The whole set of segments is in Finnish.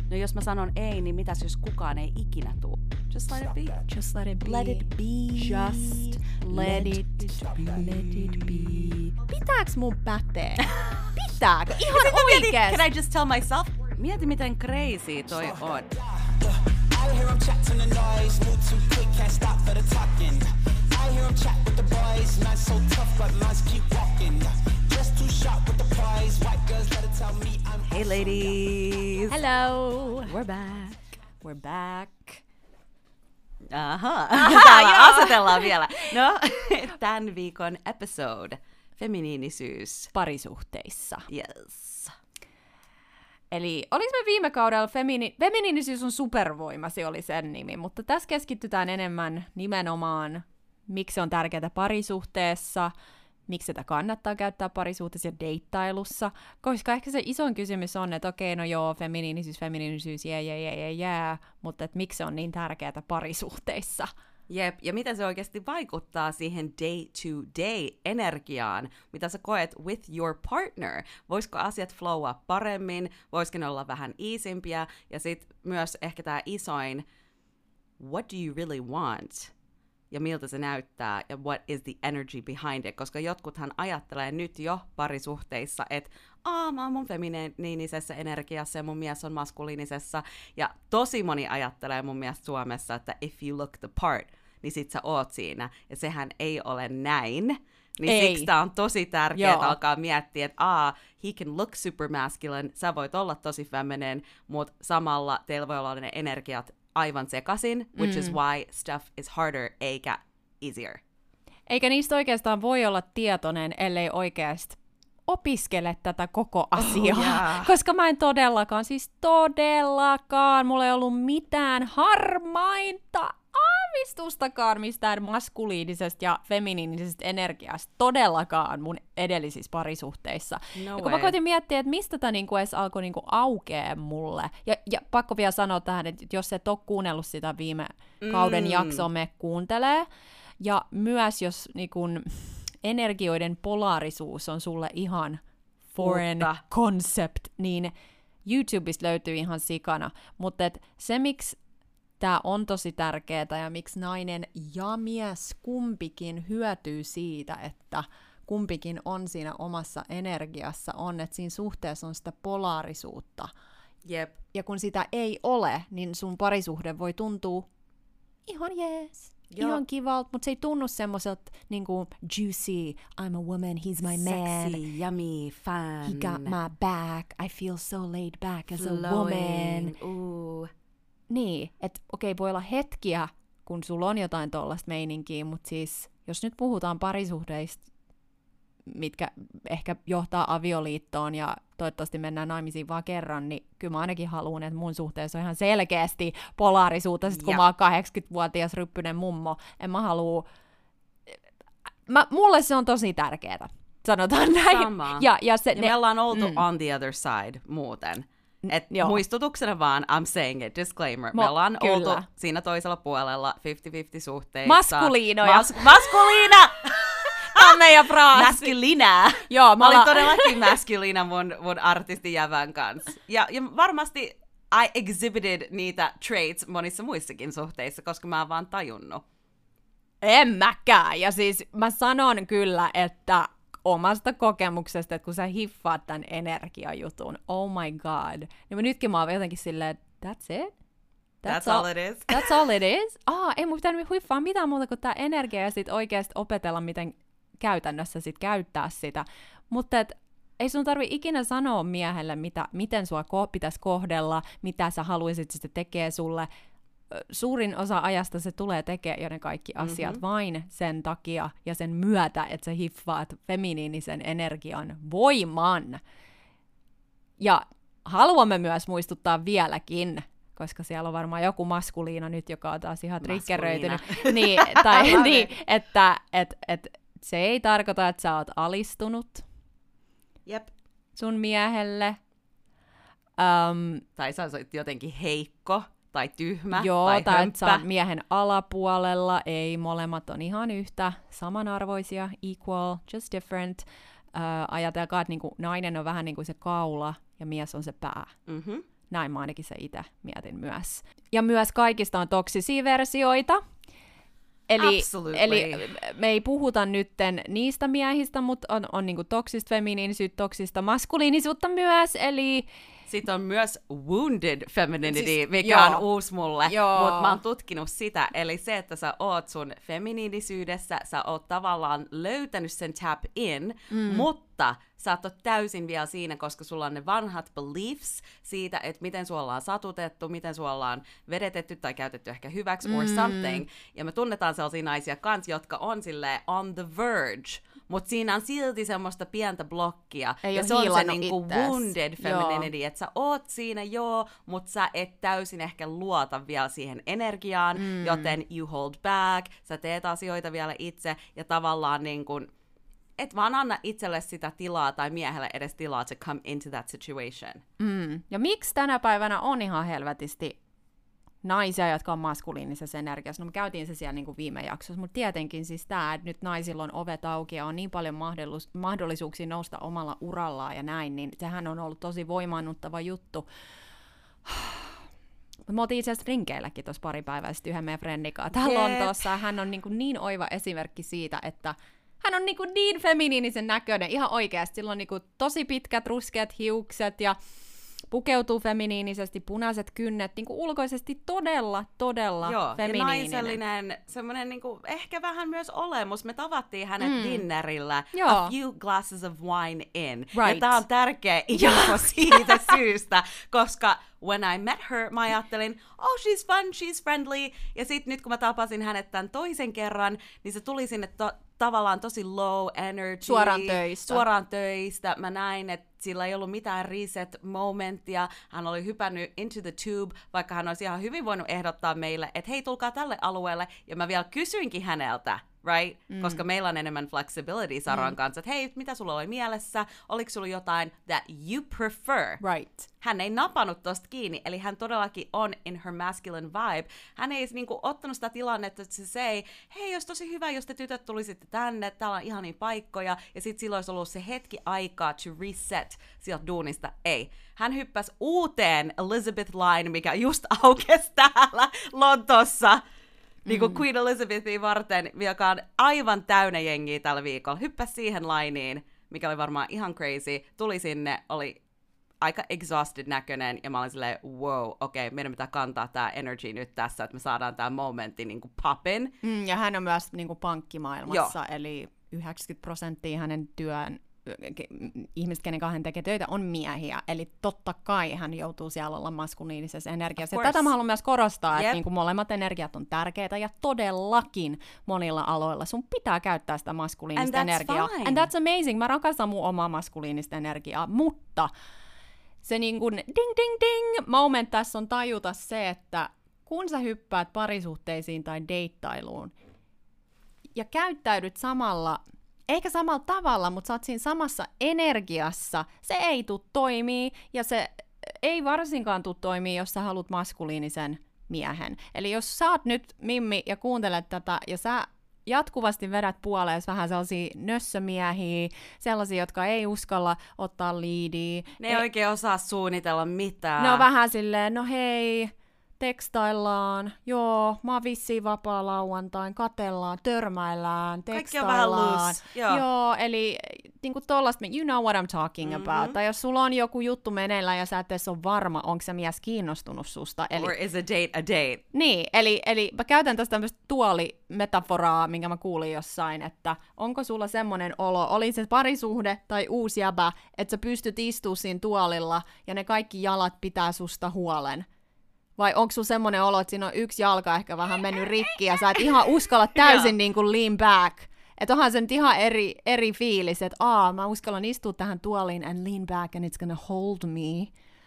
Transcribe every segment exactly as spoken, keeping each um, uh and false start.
No jos mä sanon ei, niin mitäs jos kukaan ei ikinä tuu? Just let it be. Just let it be. Let it be. Just let, let it be. Let it be. Pitääks mun pätee? Pitääkö? Ihan oikeesti. Can I just tell myself? Mieti miten crazy toi on. I hear 'em chat to the noise, move too quick, can't stop for the talking. I hear 'em chat with the boys, man so tough, but mans keep walking. Just too sharp with the prize, white girls let it tell me I'm. Hey ladies! Hello! We're back. We're back. Aha, täällä asetellaan vielä. No, tämän viikon episode, feminiinisyys. Parisuhteissa. Yes. Eli oliko me viime kaudella femini- feminiinisyys on supervoima, se oli sen nimi, mutta tässä keskitytään enemmän nimenomaan, miksi se on tärkeää parisuhteessa, miksi sitä kannattaa käyttää parisuhteessa ja deittailussa, koska ehkä se isoin kysymys on, että okei, no joo, feminiinisyys, feminiinisyys, jää, jää, jää, jää, jää, mutta että miksi se on niin tärkeää parisuhteissa. Jep, ja miten se oikeasti vaikuttaa siihen day-to-day-energiaan, mitä sä koet with your partner. Voisiko asiat flowaa paremmin, voisiko ne olla vähän easimpiä, ja sitten myös ehkä tämä isoin, what do you really want? Ja miltä se näyttää, ja what is the energy behind it, koska jotkuthan ajattelee nyt jo parisuhteissa, että aa, mä oon mun feminiinisessä energiassa ja mun mies on maskuliinisessa, ja tosi moni ajattelee mun mielestä Suomessa, että if you look the part, niin sit sä oot siinä, ja sehän ei ole näin, niin ei. Siksi tää on tosi tärkeää Joo. alkaa miettiä, että aa, he can look super masculine, sä voit olla tosi feminine, mutta samalla teillä voi olla ne energiat aivan sekasin, which mm. is why stuff is harder eikä easier. Eikä niistä oikeastaan voi olla tietoinen, ellei oikeasti opiskele tätä koko asiaa, Oh, yeah. koska mä en todellakaan, siis todellakaan, mulla ei ollut mitään harmainta aavistustakaan mistään maskuliinisesta ja feminiinisestä energiasta todellakaan mun edellisissä parisuhteissa. No ja kun mä way. koitin miettiä, että mistä tämä niinku edes alkoi niinku aukea mulle, ja, ja pakko vielä sanoa tähän, että jos et ole kuunnellut sitä viime kauden Mm. jaksoa, me kuuntelee, ja myös jos niinku, energioiden polaarisuus on sulle ihan foreign Uutta. concept, niin YouTubesta löytyy ihan sikana. Mutta et se, miksi tämä on tosi tärkeää ja miksi nainen ja mies kumpikin hyötyy siitä, että kumpikin on siinä omassa energiassa, on, että siinä suhteessa on sitä polaarisuutta. Jep. Ja kun sitä ei ole, niin sun parisuhde voi tuntua ihan jees. Joo. Ihan kivalta, mutta se ei tunnu semmoiselta niinku juicy, I'm a woman, he's my man. Sexy, yummy, fun. He got my back, I feel so laid back as a woman. Flowing. Ooh. Niin, että okei, voi olla hetkiä, kun sulla on jotain tollaista meininkiä, mutta siis jos nyt puhutaan parisuhteista, mitkä ehkä johtaa avioliittoon ja toivottavasti mennään naimisiin vaan kerran, niin kyllä mä ainakin haluan, että mun suhteessa on ihan selkeästi polaarisuutta, sit kun Ja. mä oon kahdeksankymmentävuotias ryppynen mummo. En mä halua... Mä, mulle se on tosi tärkeetä, sanotaan näin. Sama. Ja, ja, se, Ja ne, me ollaan oltu mm. on the other side muuten. Et joo. muistutuksena vaan, I'm saying it, disclaimer. Mo- me ollaan kyllä. oltu siinä toisella puolella viisikymmentä viisikymmentä suhteissa. Maskuliinoja. Mas- maskuliina! Tämä on meidän fraasi. Maskulina! Joo, Mä olin ollaan- todellakin maskulina mun, mun artistijävän kanssa. Ja, ja varmasti I exhibited niitä traits monissa muissakin suhteissa, koska mä oon vaan tajunnut. En mäkään. Ja siis mä sanon kyllä, että omasta kokemuksesta, että kun sä hiffaat tämän energiajutun, oh my god. Niin nytkin mä oon jotenkin silleen, that's it? That's all it is. That's all it is? Ah, ei mun pitänyt hiffaa mitään muuta kuin tää energia ja sit oikeasti opetella, miten käytännössä sit käyttää sitä. Mutta et, ei sun tarvi ikinä sanoa miehelle, mitä, miten sua ko- pitäisi kohdella, mitä sä haluaisit, että se tekee sulle. Suurin osa ajasta se tulee tekemään jo ne kaikki asiat mm-hmm. vain sen takia ja sen myötä, että sä hiffaat feminiinisen energian voiman. Ja haluamme myös muistuttaa vieläkin, koska siellä on varmaan joku maskuliina nyt, joka on taas ihan triggeröitynyt, niin, tai, niin, että et, et, se ei tarkoita, että sä oot alistunut Jep. sun miehelle. Um, Tai sä oot jotenkin heikko, tai tyhmä, Joo, tai tai että sä oot hömppä. miehen alapuolella. Ei, molemmat on ihan yhtä samanarvoisia, equal, just different. Uh, ajatelkaa, että niinku nainen on vähän niin kuin se kaula ja mies on se pää. Mm-hmm. Näin mä ainakin se itse mietin myös. Ja myös kaikista on toksisia versioita. Eli, eli me ei puhuta nytten niistä miehistä, mutta on, on niinku toksista feminiinisyyttä, toksista maskuliinisuutta myös, eli... Sitten on myös wounded femininity, siis, mikä joo, on uusi mulle, mutta mä oon tutkinut sitä, eli se, että sä oot sun feminiinisyydessä, sä oot tavallaan löytänyt sen tap in, mm. mutta sä et ole täysin vielä siinä, koska sulla on ne vanhat beliefs siitä, että miten sua ollaan satutettu, miten sua ollaan vedetetty tai käytetty ehkä hyväksi mm. or something, ja me tunnetaan sellaisia naisia kans, jotka on silleen on the verge, mutta siinä on silti semmoista pientä blokkia, ei ja se on se niinku itses. wounded femininity, että sä oot siinä joo, mutta sä et täysin ehkä luota vielä siihen energiaan, mm. joten you hold back, sä teet asioita vielä itse, ja tavallaan niin kuin, et vaan anna itselle sitä tilaa tai miehelle edes tilaa to come into that situation. Mm. Ja miksi tänä päivänä on ihan helvetisti naisia, jotka on maskuliinisessa energiassa? No me käytiin se siellä niin kuin viime jaksossa, mutta tietenkin siis tämä, että nyt naisilla on ovet auki ja on niin paljon mahdollis- mahdollisuuksia nousta omalla urallaan ja näin, niin sehän on ollut tosi voimaannuttava juttu. Me oltiin itse asiassa rinkeilläkin tuossa pari päivää sitten yhden meidän friendikaan täällä yep. Lontoossa, ja hän on niin, kuin niin oiva esimerkki siitä, että hän on niin, kuin niin feminiinisen näköinen, ihan oikeasti. Sillä on niin kuin tosi pitkät ruskeat hiukset ja pukeutuu feminiinisesti, punaiset kynnet, niin kuin ulkoisesti todella, todella Joo, feminiininen. Ja naisellinen, semmoinen niin kuin, ehkä vähän myös olemus. Me tavattiin hänet mm. dinnerillä, Joo. a few glasses of wine in. Right. Ja tää on tärkeä info siitä syystä, koska when I met her, mä ajattelin, oh she's fun, she's friendly. Ja sit nyt kun mä tapasin hänet tämän toisen kerran, niin se tuli sinne to- tavallaan tosi low energy. Suoraan töistä. Suoraan töistä. Mä näin, että sillä ei ollut mitään reset-momenttia. Hän oli hypännyt into the tube, vaikka hän olisi ihan hyvin voinut ehdottaa meille, että hei, tulkaa tälle alueelle. Ja mä vielä kysyinkin häneltä, right? Mm. Koska meillä on enemmän flexibility Saran mm. kanssa, että hei, mitä sulla oli mielessä? Oliko sulla jotain that you prefer? Right. Hän ei napannut tosta kiinni, eli hän todellakin on in her masculine vibe. Hän ei niinku ottanut sitä tilannetta, että se sei, hei, jos tosi hyvä, jos te tytöt tulisitte tänne, täällä on ihania paikkoja, ja sit silloin olisi ollut se hetki aikaa to reset sieltä duunista. Ei. Hän hyppäsi uuteen Elizabeth Line, mikä just aukesi täällä Lontoossa, niin kuin mm. Queen Elizabethia varten, joka on aivan täynnä jengiä tällä viikolla. Hyppäsi siihen lainiin, mikä oli varmaan ihan crazy. Tuli sinne, oli aika exhausted näköinen, ja mä olin silleen, wow, okei, okay, meidän pitää kantaa tää energy nyt tässä, että me saadaan tää momentti niin kuin poppin. Mm, ja hän on myös niin kuin pankkimaailmassa, Joo. eli yhdeksänkymmentä prosenttia hänen työn ihmiset, kenen kanssa hän tekee töitä, on miehiä. Eli totta kai hän joutuu siellä olla maskuliinisessa energiassa. Ja tätä mä haluan myös korostaa, yep. että niin kuin molemmat energiat on tärkeitä, ja todellakin monilla aloilla sun pitää käyttää sitä maskuliinista And energiaa. fine. And that's amazing. Mä rakastan mun omaa maskuliinista energiaa, mutta se niin kuin ding ding ding moment tässä on tajuta se, että kun sä hyppäät parisuhteisiin tai deittailuun ja käyttäydyt samalla, eikä samalla tavalla, mutta sä oot siinä samassa energiassa, se ei tule toimii, ja se ei varsinkaan tule toimii, jos sä haluat maskuliinisen miehen. Eli jos sä oot nyt Mimmi ja kuuntelet tätä, ja sä jatkuvasti vedät puoleen vähän sellaisia nössömiehiä, sellaisia, jotka ei uskalla ottaa liidiä. Ne ei oikein osaa suunnitella mitään. Ne on vähän silleen, no hei, tekstaillaan, joo, mä oon vissiin vapaa lauantain, katellaan, törmäillään, tekstaillaan. Joo. joo, eli niinku tollaista, you know what I'm talking mm-hmm. about. Tai jos sulla on joku juttu meneillään ja sä et edes ole varma, onko se mies kiinnostunut susta. Eli, or is a date a date? Niin, eli, eli mä käytän tästä tämmöistä tuolimetaforaa, minkä mä kuulin jossain, että onko sulla semmoinen olo, oli se parisuhde tai uusi jäbä, että sä pystyt istumaan siinä tuolilla ja ne kaikki jalat pitää susta huolen. Vai onko sulla semmoinen olo, että siinä on yksi jalka ehkä vähän mennyt rikki ja sä et ihan uskalla täysin niin kuin lean back. Että onhan se nyt ihan eri, eri fiilis, että aa, mä uskallan istua tähän tuoliin and lean back and it's gonna hold me.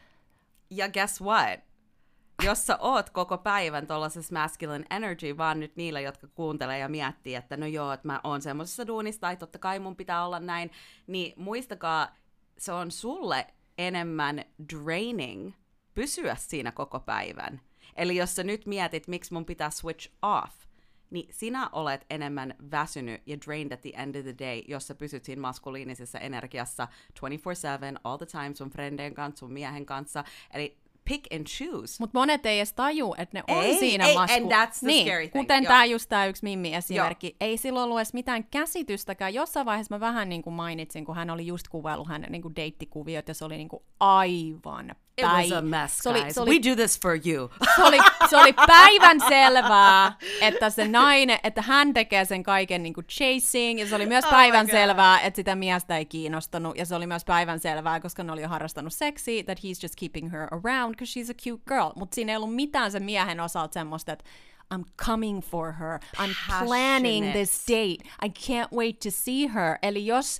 Ja guess what? Jos sä oot koko päivän tollasessa masculine energy, vaan nyt niillä, jotka kuuntelee ja miettii, että no joo, että mä oon semmosessa duunissa, tai totta kai mun pitää olla näin, niin muistakaa, se on sulle enemmän draining pysyä siinä koko päivän. Eli jos sä nyt mietit, miksi mun pitää switch off, niin sinä olet enemmän väsynyt ja drained at the end of the day, jos sä pysyt siinä maskuliinisessa energiassa twenty-four seven, all the time, sun friendien kanssa, sun miehen kanssa. Eli pick and choose. Mutta monet ei edes taju, että ne on Ei, siinä ei, masku... and that's the niin, scary thing. kuten Joo. tämä just tämä yksi Mimmi esimerkki. Joo. Ei sillä ollut edes mitään käsitystäkään. Jossain vaiheessa mä vähän niin kuin mainitsin, kun hän oli just kuvaillut hänen niin kuin deittikuviot, ja se oli niin kuin aivan It päi... was a mess, se oli, guys. se oli, We do this for you. se oli, se oli päivän selvää, että se nainen, että hän tekee sen kaiken niin kuin chasing, ja se oli myös Oh päivän my selvää, että sitä miestä ei kiinnostanut, ja se oli myös päivän selvää, koska ne oli jo harrastanut seksiä, that he's just keeping her around, because she's a cute girl. Mutta siinä ei ollut mitään sen miehen osalta semmoista, että I'm coming for her, I'm planning this date, I can't wait to see her. Eli jos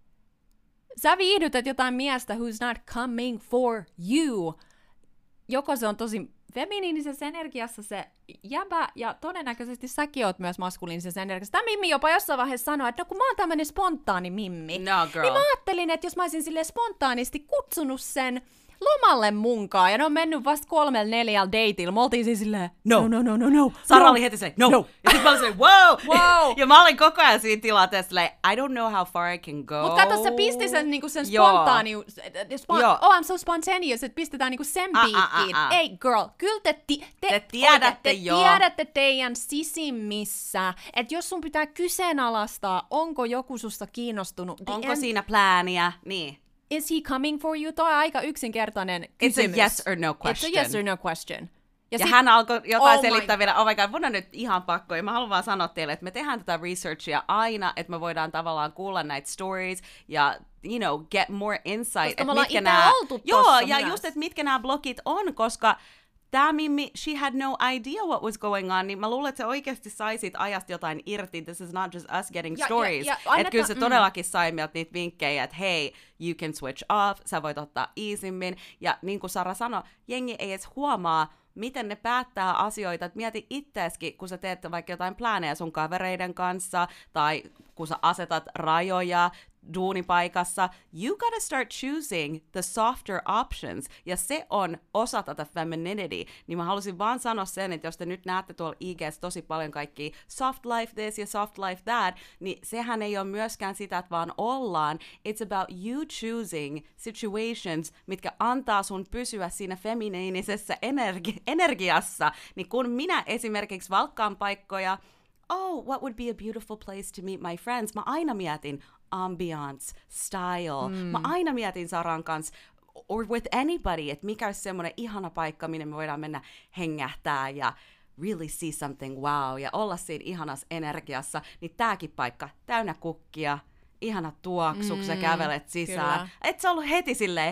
sä viihdytät jotain miestä who's not coming for you, joko se on tosi feminiinisessä energiassa se jäbä, ja todennäköisesti säkin oot myös maskuliinisessa energiassa. Tämä Mimmi jopa jossain vaiheessa sanoi, että no kun mä oon tämmönen spontaani Mimmi, No, girl. niin mä ajattelin, että jos mä olisin silleen spontaanisti kutsunut sen lomalle munkaan, ja ne on mennyt vasta kolmella neljällä dateilla, me oltiin siis silleen, no, no, no, no, no. Sara no. oli heti se, no. No. Ja sit mä olin se, wow. Wow. Ja mä olin koko ajan siinä tilanteessa, like, I don't know how far I can go. Mut kato, se pisti sen, niinku sen Joo. spontaani, spon, Joo. oh I'm so spontaneous, että pistetään niinku sen Ah, ah, piikkiin. ah, ah. Ei girl, kyllä te, ti, te, Te tiedätte oikein, te jo. tiedätte teidän sisimmissä, että jos sun pitää kyseenalaistaa, onko joku susta kiinnostunut. Onko en- siinä plääniä? Niin. Is he coming for you? Toi on aika yksinkertainen It's a kysymys. yes or no It's question. a yes or no question. Ja, sit- hän alkoi jotain Oh my- selittää vielä, oh my god, mun on nyt ihan pakko, ja mä haluan vaan sanoa teille, että me tehdään tätä researchia aina, että me voidaan tavallaan kuulla näitä stories, ja you know, get more insight, Koska että me ollaan mitkä ite nämä... oltu Joo, tossa ja myös. just, että mitkä nämä blogit on, koska tämä Mimmi, she had no idea what was going on, niin mä luulen, että se oikeasti sai siitä ajasta jotain irti. This is not just us getting Ja- ja- stories. ja Että anneta- kyllä se mm. todellakin sai meiltä niitä vinkkejä, että hei, you can switch off, sä voit ottaa easimmin. Ja niin kuin Sara sanoi, jengi ei edes huomaa, miten ne päättää asioita. Et mieti itseäskin, kun sä teet vaikka jotain plääneja sun kavereiden kanssa, tai kun sä asetat rajoja duunipaikassa, you gotta start choosing the softer options, ja se on osa tätä femininity. Niin mä halusin vaan sanoa sen, että jos te nyt näette tuolla I G:ssä tosi paljon kaikkia soft life this ja soft life that, niin sehän ei ole myöskään sitä, että vaan ollaan. It's about you choosing situations, mitkä antaa sun pysyä siinä feminiinisessä energi- energiassa. Niin kun minä esimerkiksi valkkaan paikkoja, oh, what would be a beautiful place to meet my friends? Mä aina mietin ambiance, style. Mm. Mä aina mietin Saran kanssa, or with anybody, että mikä olisi semmoinen ihana paikka, minne me voidaan mennä hengähtää ja really see something wow ja olla siinä ihanassa energiassa. Niin tääkin paikka, täynnä kukkia, ihana tuoksu, kun sä Mm, kävelet sisään. kyllä. Et sä ollut heti silleen,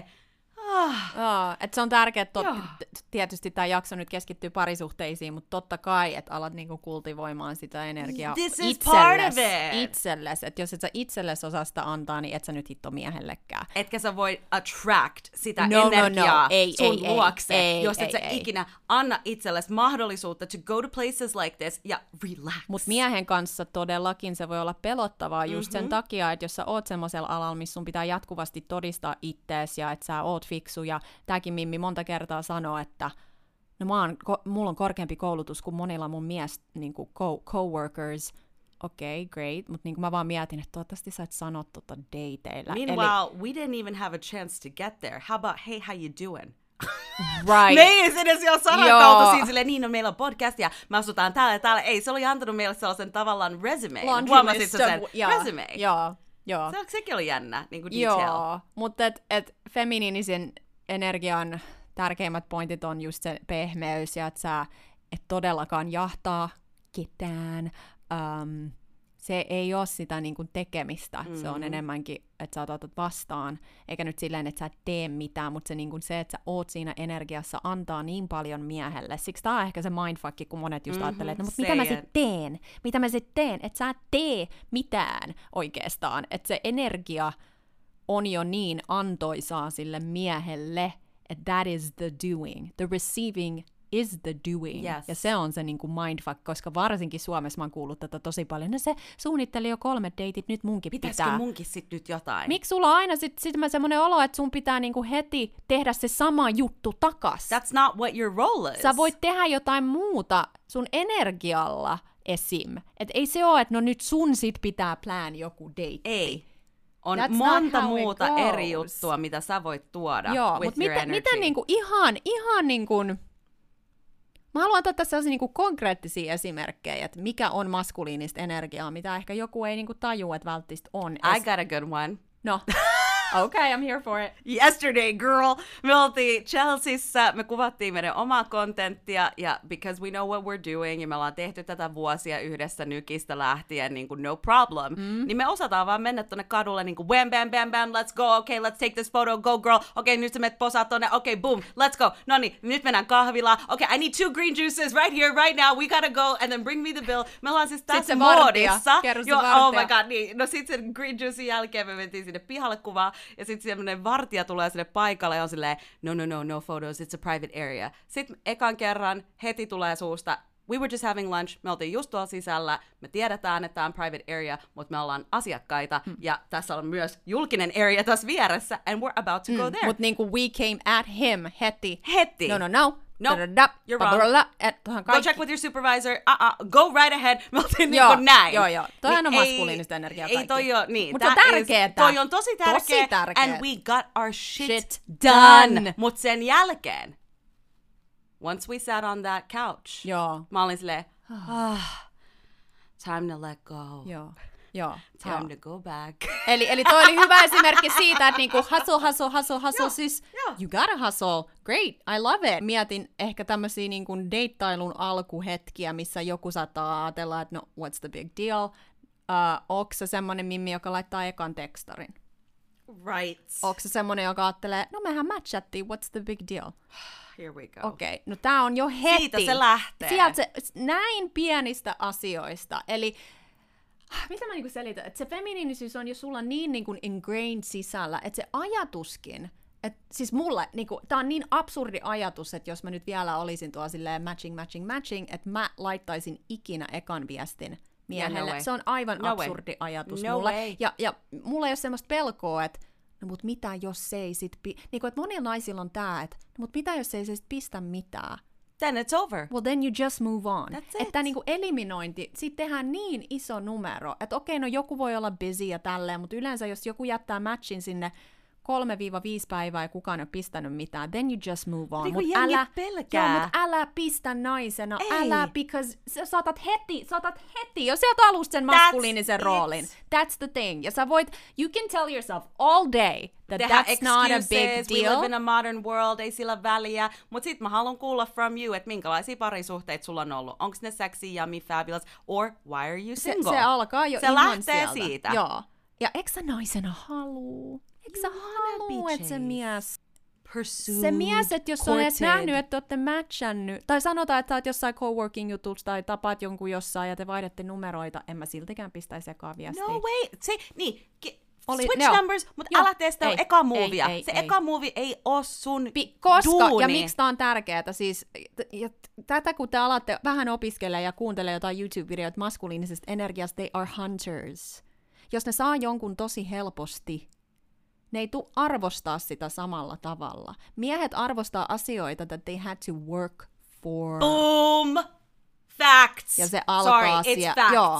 ah, Oh, että se on tärkeää, että Joo. tietysti tämä jakso nyt keskittyy parisuhteisiin, mutta totta kai, että alat niinku kultivoimaan sitä energiaa This is part of itselles. it. itselles. Että jos et sä itselles osaa sitä antaa, niin et sä nyt hitto miehellekään. etkä sä voi attract sitä No, no, no. energiaa Ei, sun ei, ei, luokse, ei, jos et ei, sä ei. ikinä anna itsellesi mahdollisuutta to go to places like this ja relax. Mutta miehen kanssa todellakin se voi olla pelottavaa just Mm-hmm. sen takia, että jos sä oot semmoisella alalla, missä sun pitää jatkuvasti todistaa ittees ja että sä oot fiksu, ja tääkin Mimmi monta kertaa sanoo, että no mä oon, ko- mulla on korkeampi koulutus kuin monilla mun mies niin kuin co- coworkers. Okei, okay, great, mutta niin mä vaan mietin, että toivottavasti sä et sano tota dateilla. Meanwhile, we didn't even have a chance to get there. How about, hey, how you doing? Right. Me ei edes jo Saran Joo. kautta siinä silleen, niin no meillä on podcast ja me asutaan täällä ja täällä. Ei, se oli antanut meille sellaisen tavallaan resume. Laundry Huomasit list sä sen? of- joo, Resume. Joo, joo. Se, sekin oli jännä, niin kuin detail. Joo, mutta et, et feminiinisen energian tärkeimmät pointit on just se pehmeys ja että sä et todellakaan jahtaa ketään. Um, se ei ole sitä niin kuin tekemistä, mm-hmm. se on enemmänkin, että sä otat vastaan, eikä nyt silleen, että sä et tee mitään, mutta se, niin kuin se, että sä oot siinä energiassa, antaa niin paljon miehelle. Siksi tää on ehkä se mindfuck, kun monet just mm-hmm. ajattelee, että no, mutta mitä mä sit teen? Mitä mä sit teen? Että sä et tee mitään oikeastaan. Että se energia on jo niin antoisaa sille miehelle, että that is the doing. The receiving is the doing. Yes. Ja se on se niin kuin mindfuck, koska varsinkin Suomessa mä oon kuullut tätä tosi paljon. No se suunnitteli jo kolme deitit, nyt munkin Pitäisikö pitää. munkin sit nyt jotain? Miksi sulla on aina sit, sit semmoinen olo, että sun pitää niinku heti tehdä se sama juttu takas? That's not what your role is. Sä voit tehdä jotain muuta sun energialla esim. Et ei se ole, että no nyt sun sit pitää plan joku date. Ei. On That's monta not how it muuta goes. eri juttua, mitä sä voit tuoda Joo, with mutta your miten, energy. miten niinku ihan, ihan niinku... Mä haluan ottaa tässä sellaisia niinku konkreettisia esimerkkejä, että mikä on maskuliinista energiaa, mitä ehkä joku ei niinku tajua, että välttämättä on. I got a good one. No, okay, I'm here for it. Yesterday, girl. Me oltiin Chelseassa, me kuvattiin meidän omaa kontenttia, ja because we know what we're doing, ja me ollaan tehty tätä vuosia yhdessä nykistä lähtien, niin kuin no problem, mm. niin me osataan vaan mennä tonne kadulle, niin kuin bam, bam, bam, bam, let's go, okay, let's take this photo, go girl, okei, okay, nyt sä menet posaa tonne, okei, okay, boom, let's go, no niin, nyt mennään kahvilaan, okei, okay, I need two green juices right here, right now, we gotta go, and then bring me the bill. Me ollaan siis tässä se vartija. moodissa. Kerro se Joo, vartija. oh my god, niin, no sit sen green juicin jälkeen me mentiin sinne pihalle kuvaa, ja sit semmonen vartija tulee sinne paikalle ja on silleen, no, no, no, no photos, it's a private area. Sitten ekan kerran heti tulee suusta, we were just having lunch, me oltiin just tuolla sisällä, me tiedetään, että tämä on private area, mutta me ollaan asiakkaita, mm. ja tässä on myös julkinen area tässä vieressä, and we're about to mm. go there. Mutta niinku we came at him heti. Heti. No, no, no. No, Da-da-da. you're wrong. Ba-ba-la. Et, Go check with your supervisor, uh-uh, go right ahead. Me oltiin Joo, niinku näin. joo, joo. Toihan on ei- maskuliinista energiaa Ei kaikki. toi oo, niin. Mut se on that is- tärkeetä. Toi on tosi tärkeä. Tosi tärkeä. And we got our shit, Shit done. done. Mut sen jälkeen, once we sat on that couch, Joo. mä olin silleen, ah, time to let go. Joo. Joo. Time joo. to go back. Eli, eli toi oli hyvä esimerkki siitä, että niinku hustle, hustle, hustle, hustle, Joo, siis joo. you gotta hustle, great, I love it. Mietin ehkä tämmöisiä niinku deittailun alkuhetkiä, missä joku saattaa ajatella, että no, what's the big deal? Uh, Onko se semmonen mimmi, joka laittaa ekan tekstarin? Right. Onko se semmonen, joka ajattelee, no mehän matchattiin, what's the big deal? Here we go. Okei, okay, no tää on jo heti. Siitä se lähtee. Sieltä se, näin pienistä asioista. Eli mitä mä niinku selitän? Että se feminiinisyys on jo sulla niin niinku ingrained sisällä, että se ajatuskin, että siis mulle, niinku, tää on niin absurdi ajatus, että jos mä nyt vielä olisin tuolla silleen matching, matching, matching, että mä laittaisin ikinä ekan viestin miehelle. Yeah, no way. Se on aivan No absurdi way. ajatus No mulle. way. Ja, ja mulla ei ole semmoista pelkoa, että no mut mitä jos se ei sit, pi- niinku, että monilla naisilla on tää, että no mut mitä jos se ei sit pistä mitään. Then it's over. Well, then you just move on. That's it. Että niinku eliminointi, siitä tehdään niin iso numero, että okei, no joku voi olla busy ja tälleen, mutta yleensä jos joku jättää matchin sinne kolme viisi päivää ja kukaan ei ole pistänyt mitään, then you just move on. Niin Mut kuin jengi älä, pelkää. joo, mut älä pistä naisena, Ei. älä, because sä saatat heti, saatat heti jo sieltä alusta sen maskuliinisen it. roolin. That's the thing. Ja sä voit, you can tell yourself all day that Tehdä that's not a big excuses, we deal. live in a modern world, ei sillä väliä. Mut sit mä haluan kuulla from you, että minkälaisia parisuhteita sulla on ollut. Onks ne sexy, yummy, fabulous, or why are you Se, single? se alkaa jo Se ihan lähtee sieltä. siitä. Joo. Ja eikö sä naisena haluu? Eikö sä You wanna haluu, be että se chased. mies... Pursued, Se mies, että jos on edes courted. nähnyt, että olette matchannut, tai sanotaan, että sä oot jossain coworking-jutussa tai tapaat jonkun jossain ja te vaihdatte numeroita, en mä siltikään pistäisi ekaa viestiä. No way! Se, niin, ki, Oli- switch joo. numbers, mutta Joo. älä tee sitä Ei, eka ei, movia. ei, Se ei. eka movie ei oo sun Pi- koska, duuni. ja miksi tää on tärkeää, siis t- ja t- tätä kun te alatte vähän opiskella ja kuuntele jotain YouTube-videoita maskuliinisesta energiasta, they are hunters. Jos ne saa jonkun tosi helposti, ne ei tule arvostaa sitä samalla tavalla. Miehet arvostaa asioita that they had to work for. Boom! Facts! Ja se alkaa Sorry, it's siellä- facts. joo.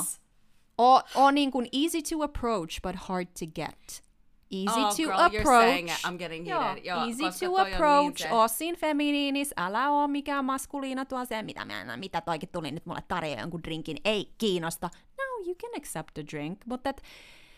O, o niin kuin easy to approach, but hard to get. Easy Oh, to girl, you're approach. saying it. I'm getting heated. Joo, easy koska to toi on niin approach. se. Oo siinä feminiinis, älä oo mikään maskuliina tuo se, mitä, mä, mitä toikin tuli nyt mulle tarjoaa jonkun drinkin, ei kiinnosta. No, you can accept a drink, mutta et,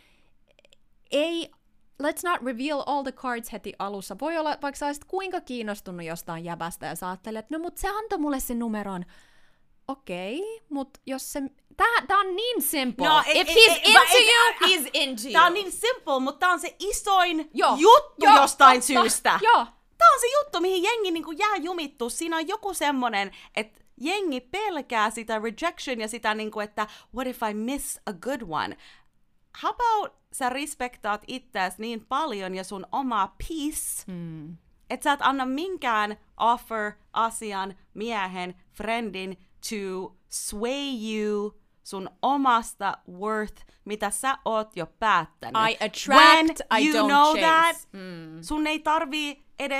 ei, let's not reveal all the cards heti alussa. Voi olla, vaikka sä olisit kuinka kiinnostunut jostain jäbästä ja sä ajattelet, että no mut se antoi mulle sen numeron. Okei, okay, mut jos se... Tää, tää on niin simple. No, ei- If ei- he's ei- into but ei- you, ah, he's into you. Tää on niin simple, mutta tää on se isoin Joo, juttu joo, jostain totta, syystä. joo. Tää on se juttu, mihin jengi niinku jää jumittu. Siinä on joku semmonen, että jengi pelkää sitä rejection ja sitä niinku, että what if I miss a good one? How about sä respektaat itseäsi niin paljon ja sun omaa peace, mm. että sä et anna minkään offer, asian, miehen, friendin to sway you sun omasta worth, mitä sä oot jo päättänyt. I attract, When I you don't know chase. that, Mm. sun ei tarvii edes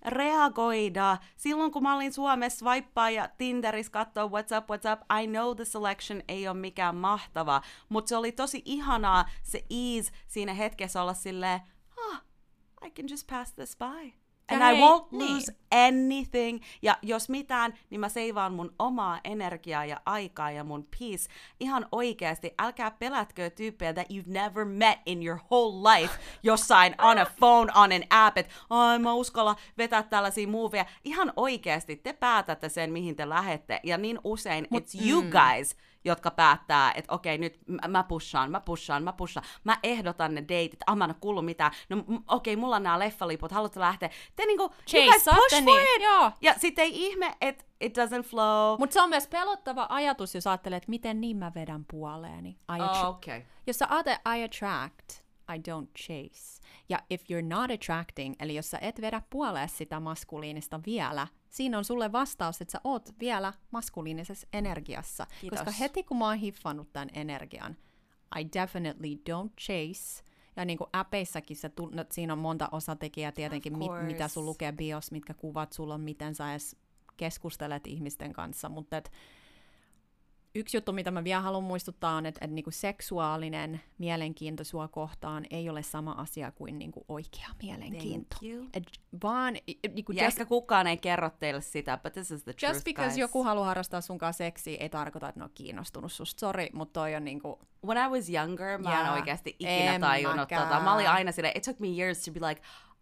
reagoida. Silloin kun mä olin Suomessa swipea ja Tinderissä katsoa what's up, what's up, I know the selection ei ole mikään mahtava, mutta se oli tosi ihanaa se ease siinä hetkessä olla silleen, ah, I can just pass this by. And Ja I hei, won't niin. lose anything. Ja jos mitään, niin mä seivaan mun omaa energiaa ja aikaa ja mun peace. Ihan oikeasti, älkää pelätkö tyyppejä that you've never met in your whole life jossain on a phone, on an app, että ai mä uskalla vetää tällaisia moveja. Ihan oikeasti, te päätätte sen, mihin te lähette. Ja niin usein, Mut, it's you guys, jotka päättää, että okei, nyt mä- mä pushaan, mä pushaan, mä pushaan. Mä ehdotan ne deitit, ah mä en oo kuullut mitään. No m- okei, mulla on nämä leffaliput, haluatko lähteä? Te niinku, you guys Chasaatte push for niin, it! joo. Ja sit ei ihme, että it doesn't flow. Mutta se on myös pelottava ajatus, jos ajattelee, että miten niin mä vedän puoleeni. I attra- okei. Okay. Jos sä ajattelet, I attract, I don't chase. Ja if you're not attracting, eli jos sä et vedä puoleen sitä maskuliinista vielä, siinä on sulle vastaus, että sä oot vielä maskuliinisessa energiassa. Kiitos. Koska heti kun mä oon hiffannut tämän energian, I definitely don't chase. Ja niin kuin äpeissäkin se tunt- no, siinä on monta osatekijää tietenkin, Of mit, course. mitä sun lukee bios, mitkä kuvat sulla on, miten sä edes keskustelet ihmisten kanssa. Mutta et, yksi juttu, mitä mä vielä haluan muistuttaa, on, että et niinku seksuaalinen mielenkiinto sua kohtaan ei ole sama asia kuin niinku oikea mielenkiinto. Thank you. Et vaan, niinku Ja just, ehkä kukaan ei kerro teille sitä, but this is the truth, just because guys. joku haluaa harrastaa sunkaan seksiä, ei tarkoita, että ne on kiinnostunut susta. Sori, mutta toi on niinku... When I was younger, mä en Jaa, oikeasti ikinä en tajunnut mäkään. tota. Mä olin aina silleen, it took me years to be like,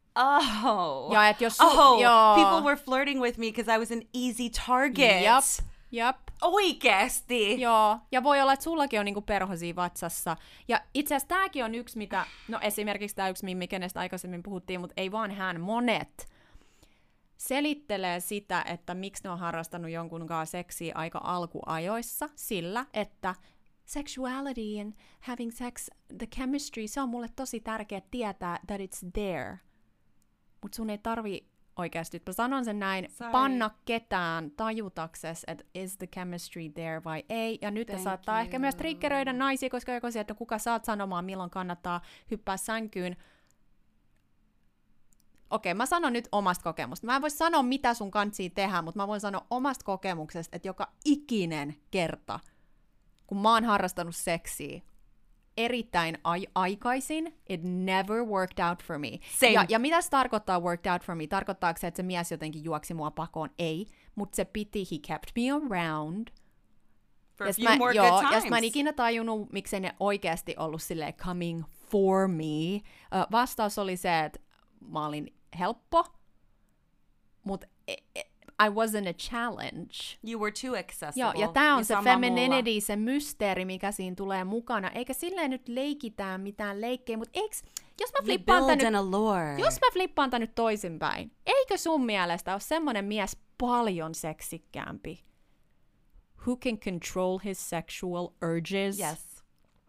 oh, Ja et jos su- oh, joo. people were flirting with me because I was an easy target. Jap, jap. Oikeesti. Joo, ja voi olla, että sullakin on niinku perhosia vatsassa. Ja itse asiassa tämäkin on yksi, mitä, no esimerkiksi tämä yksi Mimmi, kenestä aikaisemmin puhuttiin, mutta ei vaan hän, monet selittelee sitä, että miksi ne on harrastanut jonkun kanssa seksiä aika alkuajoissa sillä, että sexuality and having sex, the chemistry, se on mulle tosi tärkeää tietää that it's there. Mutta sun ei tarvi oikeasti, että mä sanon sen näin, Sorry. panna ketään tajutakses, että is the chemistry there vai ei. Ja nyt Thank saattaa you. ehkä myös triggeröidä naisia, koska joku sieltä, että no kuka saat sanomaan, milloin kannattaa hyppää sänkyyn. Okei, mä sanon nyt omasta kokemusta. Mä en voi sanoa, mitä sun kantsii tehdä, mutta mä voin sanoa omasta kokemuksesta, että joka ikinen kerta, kun mä oon harrastanut seksiä erittäin ai- aikaisin, it never worked out for me. Same. Ja, ja mitä se tarkoittaa worked out for me? Tarkoittaako se, että se mies jotenkin juoksi mua pakoon? Ei, mutta se piti, he kept me around. For a Ja sit few mä, more joo, good ja times. sit mä en ikinä tajunnut, miksei ne oikeasti ollut silleen coming for me. Ö, vastaus oli se, että mä olin helppo, mutta I wasn't a challenge. You were too accessible. Joo, ja tää on Ja se sama femininity, mulla. se mysteeri, mikä siinä tulee mukana. Eikä silleen nyt leikitään mitään leikkejä, mutta eiks, jos mä You flippaan tän build nyt, an allure. jos mä flippaan tän nyt toisinpäin, eikö sun mielestä ole semmonen mies paljon seksikkäämpi? Who can control his sexual urges? Yes.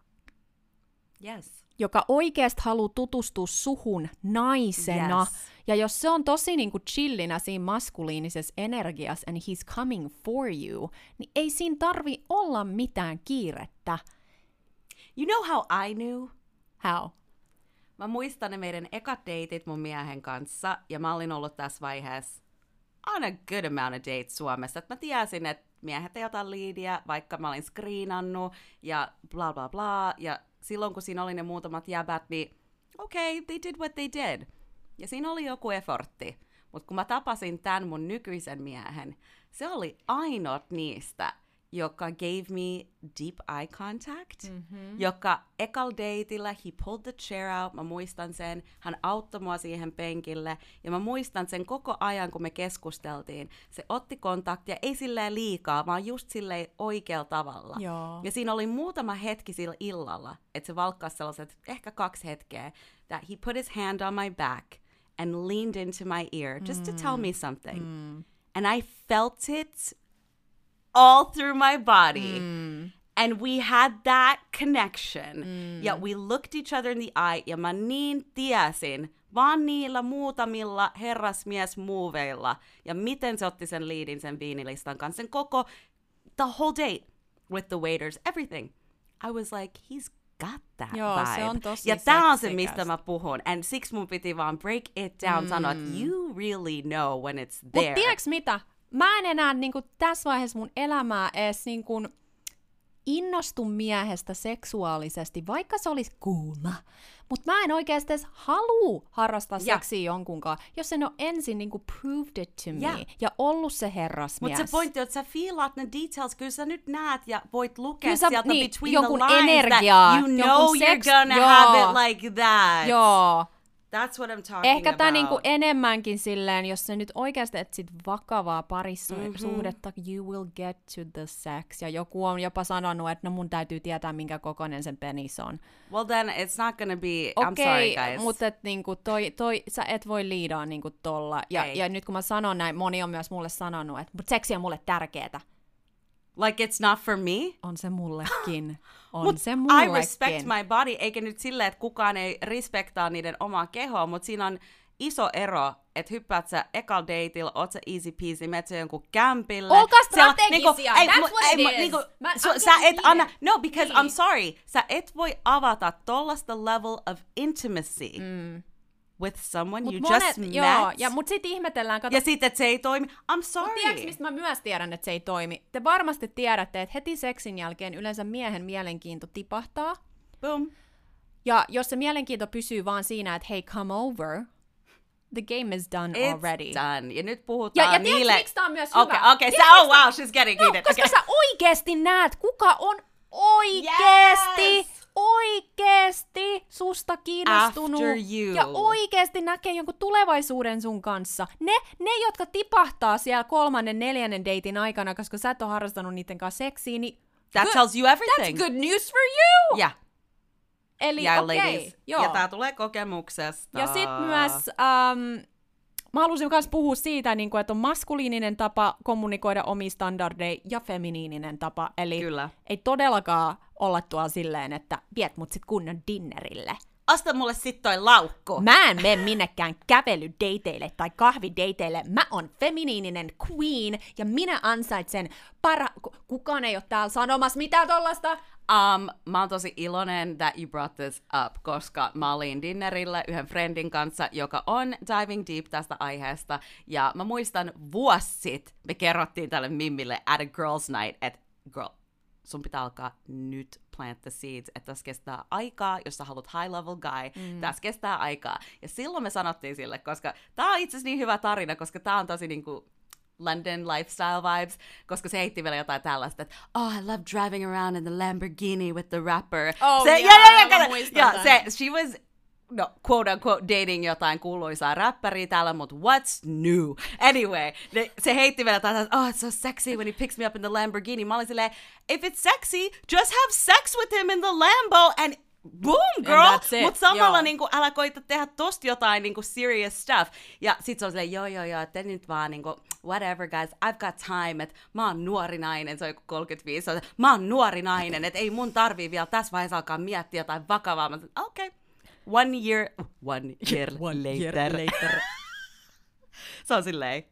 Yes. Joka oikeasti haluaa tutustua suhun naisena. Yes. Ja jos se on tosi niinku chillinä siinä maskuliinisessa energiassa and he's coming for you, niin ei siinä tarvi olla mitään kiirettä. You know how I knew? How? Mä muistan ne meidän ekat deitit mun miehen kanssa, ja mä olin ollut tässä vaiheessa on a good amount of dates Suomessa. Et mä tiesin, että miehet ei ota liidiä, vaikka mä olin screenannut, ja bla bla bla, ja silloin kun siinä oli ne muutamat jäbät, niin okei, okay, they did what they did. Ja siinä oli joku effortti. Mutta kun mä tapasin tämän mun nykyisen miehen, se oli ainoat niistä, joka gave me deep eye contact, mm-hmm. joka ekal dateilla, he pulled the chair out, mä muistan sen, hän auttoi mua siihen penkille, ja mä muistan sen koko ajan, kun me keskusteltiin. Se otti kontaktia, ei silleen liikaa, vaan just silleen oikealla tavalla. Joo. Ja siinä oli muutama hetki sillä illalla, että se valkkasi sellaiset, ehkä kaksi hetkeä, that he put his hand on my back and leaned into my ear, just mm. to tell me something. Mm. And I felt it all through my body. Mm. And we had that connection. Mm. Ja we looked each other in the eye. Ja mä niin tiesin, vaan niillä muutamilla herrasmies-muuveilla. Ja miten se otti sen liidin sen viinilistan kanssa. Sen koko, the whole date with the waiters, everything. I was like, he's got that Joo, vibe. se on tosi ja tää on se, seksikäs. mistä mä puhun. And siksi mun piti vaan break it down, mm. sanoa, että you really know when it's there. Mut tiedätkö mitä? Mä en enää niinku, tässä vaiheessa mun elämää edes niinku, innostu miehestä seksuaalisesti, vaikka se olisi kuuma. Mutta mä en oikeasti edes halua harrastaa ja. seksiä jonkunkaan, jos en ole ensin niinku proved it to me ja, ja ollut se herrasmies. Mutta se pointti on, että sä fiilaat ne details, kyllä sä nyt näet ja voit lukea kyllä sä, sieltä niin, between jonkun the lines energiaa, that you know jonkun you're seks, gonna joo, have it like that. Joo. That's what I'm talking Ehkä about. tää niinku enemmänkin silleen, jos sä nyt oikeasti etsit vakavaa parisuhdetta, mm-hmm. you will get to the sex. Ja joku on jopa sanonut, että no mun täytyy tietää, minkä kokoinen sen penis on. Well then, it's not gonna be, okay, I'm sorry guys. Mutta niinku toi, toi, sä et voi liidaa niinku tolla. Ja, ja nyt kun mä sanon näin, moni on myös mulle sanonut, että mut seksi on mulle tärkeetä. Like it's not for me? On se mullekin. On Mut se mullekin. I respect my body, eikä nyt silleen, että kukaan ei respektaa niiden omaa kehoa, mutta siinä on strategiso ero, että hyppäät sä ekal dateilla, oot sä easy peasy, menet sä jonkun kämpille. Olkaa Siellä- strategisia, niinku, that's ei, what ei, it mu- is. Niinku, Mä- su- I'm sä getting et anna, heated. no, because Niin. I'm sorry, sä et voi avata tollasta level of intimacy mm. with someone Mut you monet, just met. joo, ja mut sit ihmetellään, kato, Ja sitten, että se ei toimi. I'm sorry. Mut tiedätkö, mistä mä myös tiedän, että se ei toimi? Te varmasti tiedätte, että heti seksin jälkeen yleensä miehen mielenkiinto tipahtaa. Boom. Ja jos se mielenkiinto pysyy vaan siinä, että hei, come over, the game is done It's already. done. Ja nyt Ja, puhutaan ja tiedätkö, niille... miksi tää on myös hyvä? Okei, okay, okei. Tiedätkö, Okay, oh miksi wow, tää- she's getting No, heated. koska Okay. sä oikeesti näet, kuka on oikeesti, Yes! oikeesti susta kiinnostunut After you. ja oikeesti näkee jonkun tulevaisuuden sun kanssa. Ne, ne, jotka tipahtaa siellä kolmannen, neljännen deitin aikana, koska sä et ole harrastanut niiden kanssa seksiä, niin That good- tells you everything. That's good news for you! Yeah. Eli Yeah, okei, ladies. joo. Ja tää tulee kokemuksesta. Ja sit myös, ähm, mä halusin myös puhua siitä, niin kun, että on maskuliininen tapa kommunikoida omia standardeja ja feminiininen tapa. Eli Kyllä. ei todellakaan olla tuolla silleen, että viet mut sit kunnon dinnerille. Asta mulle sit toi laukku. Mä en mene minnekään kävelydeiteille tai kahvideiteille. Mä oon feminiininen queen ja minä ansaitsen para... Ku- Kukaan ei ole täällä sanomassa mitään tollasta. Um, mä oon tosi iloinen that you brought this up, koska mä olin dinnerillä yhden friendin kanssa, joka on diving deep tästä aiheesta. Ja mä muistan vuosi sit, me kerrottiin tälle mimmille at a girls night, että girl, sun pitää alkaa nyt plant the seeds, että tässä kestää aikaa, jos sä haluat high level guy, mm. tässä kestää aikaa. Ja silloin me sanottiin sille, koska tää on itse asiassa niin hyvä tarina, koska tää on tosi niinku London lifestyle vibes, koska se heitti vielä jotain tällaista, että oh, I love driving around in the Lamborghini with the rapper. Oh, se, jaa, ja, ja, ja, mä kato, muistan ja tän. se, she was, no, quote unquote dating jotain kuuluisaa räppäriä täällä, mutta what's new? Anyway, ne, se heitti vielä jotain, oh, it's so sexy when he picks me up in the Lamborghini. Mä olin silleen, if it's sexy, just have sex with him in the Lambo and boom, girl! that's it, Mut samalla joo. niinku, älä koita tehdä tosta jotain niinku serious stuff. Ja sit se on silleen, joo joo joo, te nyt vaan niinku, whatever guys, I've got time, että mä oon nuori nainen, se on joku kolmekymmentäviisi, se on, mä oon nuori nainen, että ei mun tarvii vielä tässä vaiheessa alkaa miettiä jotain vakavaa. Mä sanoin, okei, okay. one year, one year One later. year later. Se on silleen,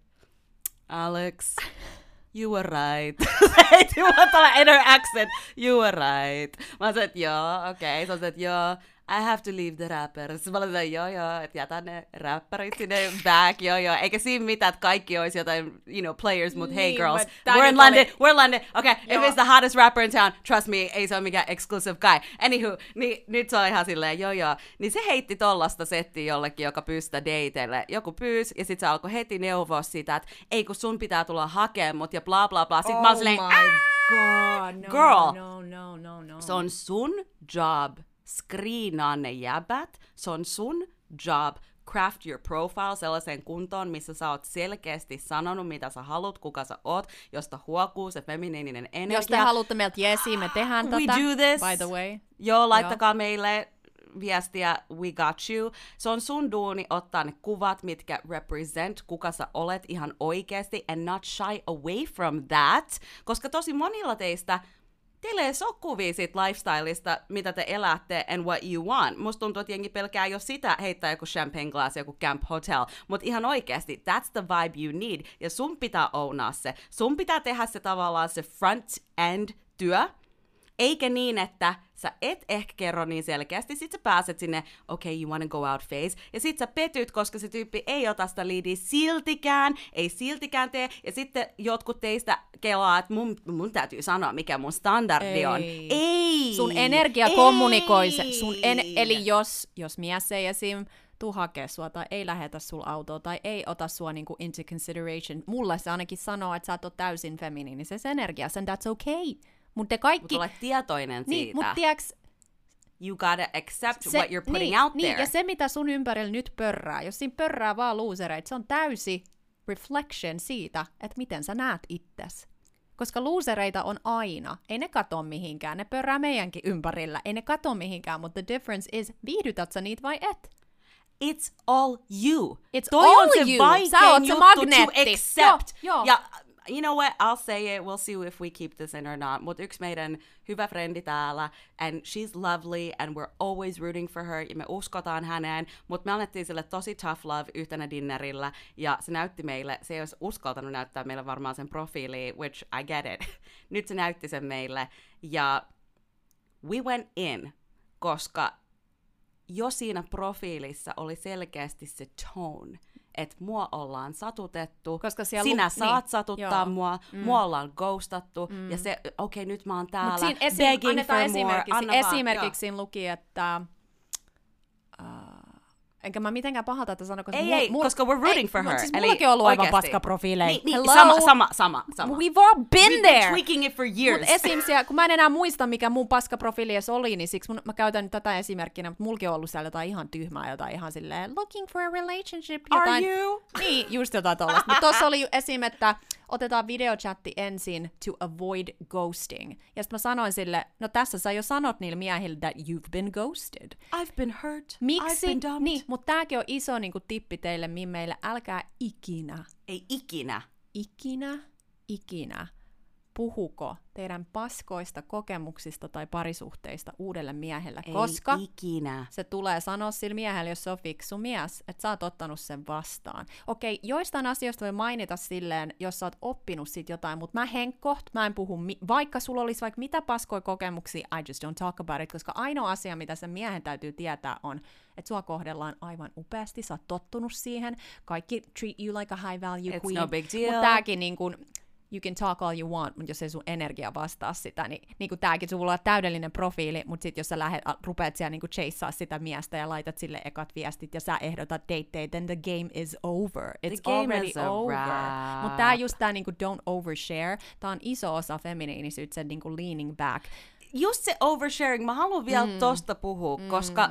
Alex, you were right. Heitti mulla tällä inner accent, you were right. Mä sanoin, että joo, okei. Okay. Se on se, että joo, I have to leave the rappers. Mä sanoin, joo joo, että jätä ne räppärit sinne back, joo joo. Eikä siinä mitään, että kaikki olisi jotain, you know, players, mutta hey Niin, girls, but tää we're in nyt London, oli- we're London. Okay, if Joo. it's the hottest rapper in town, trust me, ei se ole mikään exclusive guy. Anywho, niin nyt se on ihan silleen, joo joo. Niin se heitti tollasta settiä jollekin, joka pyysi sitä dateille. Joku pyysi, ja sit se alkoi heti neuvoa sitä, että ei kun sun pitää tulla hakemaan mut, ja bla bla bla. Sitten mä olin silleen, my "Ah, god, no, girl, no, no, no, no. se on sun job screenaa ne jäbät, se on sun job craft your profile sellaiseen kuntoon, missä sä oot selkeästi sanonut, mitä sä haluat, kuka sä oot, josta huokuu se feminiininen energia. Jos te haluatte meiltä jesiä, me tehdään We tätä. do this. By the way. Joo, laittakaa meille viestiä, we got you. Se on sun duuni ottaa ne kuvat, mitkä represent, kuka sä olet ihan oikeasti, and not shy away from that, koska tosi monilla teistä teille ei ole kuvia siitä lifestyleista, mitä te elätte and what you want. Musta tuntuu, että jengi pelkää jo sitä heittää joku champagne glass, joku camp hotel, mutta ihan oikeasti, that's the vibe you need. Ja sun pitää ownaa se. Sun pitää tehdä se tavallaan se front end työ. Eikä niin, että sä et ehkä kerro niin selkeästi, sit sä pääset sinne, okay, you wanna go out phase, ja sit sä petyt, koska se tyyppi ei ota sitä liidiä siltikään, ei siltikään tee, ja sitten jotkut teistä kelaa, että mun, mun täytyy sanoa, mikä mun standardi ei. on. Ei! Sun energia ei. kommunikoi se. Sun en- eli jos, jos mies ei esim. Tuu hakea sua tai ei lähetä sul autoa tai ei ota sua niinku into consideration, mulle se ainakin sanoo, että sä et ole täysin feminiinisessä energiassa, and that's okay. Mutta te kaikki... Mutta olet tietoinen niin, siitä. Mutta tiiäks, You gotta accept se, what you're putting niin, out niin, there. ja se, mitä sun ympärillä nyt pörrää, jos siinä pörrää vaan losereita, se on täysi reflection siitä, että miten sä näet itses. Koska losereita on aina. Ei ne kato mihinkään, ne pörrää meidänkin ympärillä. Ei ne kato mihinkään, mutta the difference is, viihdytät sä niitä vai et? It's all you. It's Toi all on se you. Sä vaikein oot se juttu magneetti. to accept. Joo, joo. Ja you know what, I'll say it, we'll see if we keep this in or not. Mut yksi meidän hyvä frendi täällä, and she's lovely, and we're always rooting for her, ja me uskotaan häneen, mutta me annettiin sille tosi tough love yhtenä dinnerillä, ja se näytti meille, se ei olisi uskaltanut näyttää meille varmaan sen profiiliin, which I get it. Nyt se näytti sen meille, ja we went in, koska jo siinä profiilissa oli selkeästi se tone, että mua ollaan satutettu, Koska siellä sinä lu- saat niin, satuttaa joo. mua, mm. mua ollaan ghostattu, mm. ja se, okei, okay, nyt mä oon täällä, Mut siinä esim- begging for annetaan more, esimerkiksi, anna vaan, esimerkiksi siinä luki, että... Uh, enkä mä mitenkään pahalta, että sano, koska... Ei, mul, ei, mul, koska we're rooting ei, for her. Siis Eli mullakin on ollut aivan oikeasti. paskaprofiileja. Niin, niin, Hello? sama, sama, sama, sama. We've all been We've there! been tweaking it for years. Mut esim. siellä, kun mä en enää muista, mikä mun paskaprofiili edes oli, niin siksi mun, mä käytän tätä esimerkkinä, mutta mullakin on ollut siellä jotain ihan tyhmää, jotain ihan silleen, looking for a relationship, jotain... Are you? Niin, just jotain tollaista. Mutta tossa oli esim. Että otetaan videochatti ensin to avoid ghosting. Ja sitten mä sanoin sille, no tässä sä jo sanot niille miehille that you've been ghosted. I've been hurt. Miksi? I've been dumped. Niin, mutta tääkin on iso niin kuin, tippi teille mimmeille. Älkää ikinä, Ei ikinä. ikinä, ikinä puhuko teidän paskoista kokemuksista tai parisuhteista uudelle miehelle, Ei koska ikinä. se tulee sanoa sille miehelle, jos se on fiksu mies, että sä oot ottanut sen vastaan. Okei, joistain asioista voi mainita silleen, jos sä oot oppinut sit jotain, mutta mä henkkoht, mä en puhu, mi- vaikka sulla olisi vaikka mitä paskoja kokemuksia, I just don't talk about it, koska ainoa asia, mitä sen miehen täytyy tietää on, että sua kohdellaan aivan upeasti, sä oot tottunut siihen, kaikki treat you like a high value It's queen. no big deal. Mutta tääkin niin kun, you can talk all you want, mutta jos ei sun energia vastaa sitä, niin, niin kuin tääkin, sulla on täydellinen profiili, mutta sitten jos sä lähet, rupeat siellä niin kuin chaseaa sitä miestä ja laitat sille ekat viestit ja sä ehdotat dateja, then the game is over. It's The game already is a over. wrap. Mutta tää just tää niin kuin don't overshare, tää on iso osa feminiinisyyttä, se niin kuin leaning back. Just se oversharing, mä haluan vielä Mm. tosta puhua, koska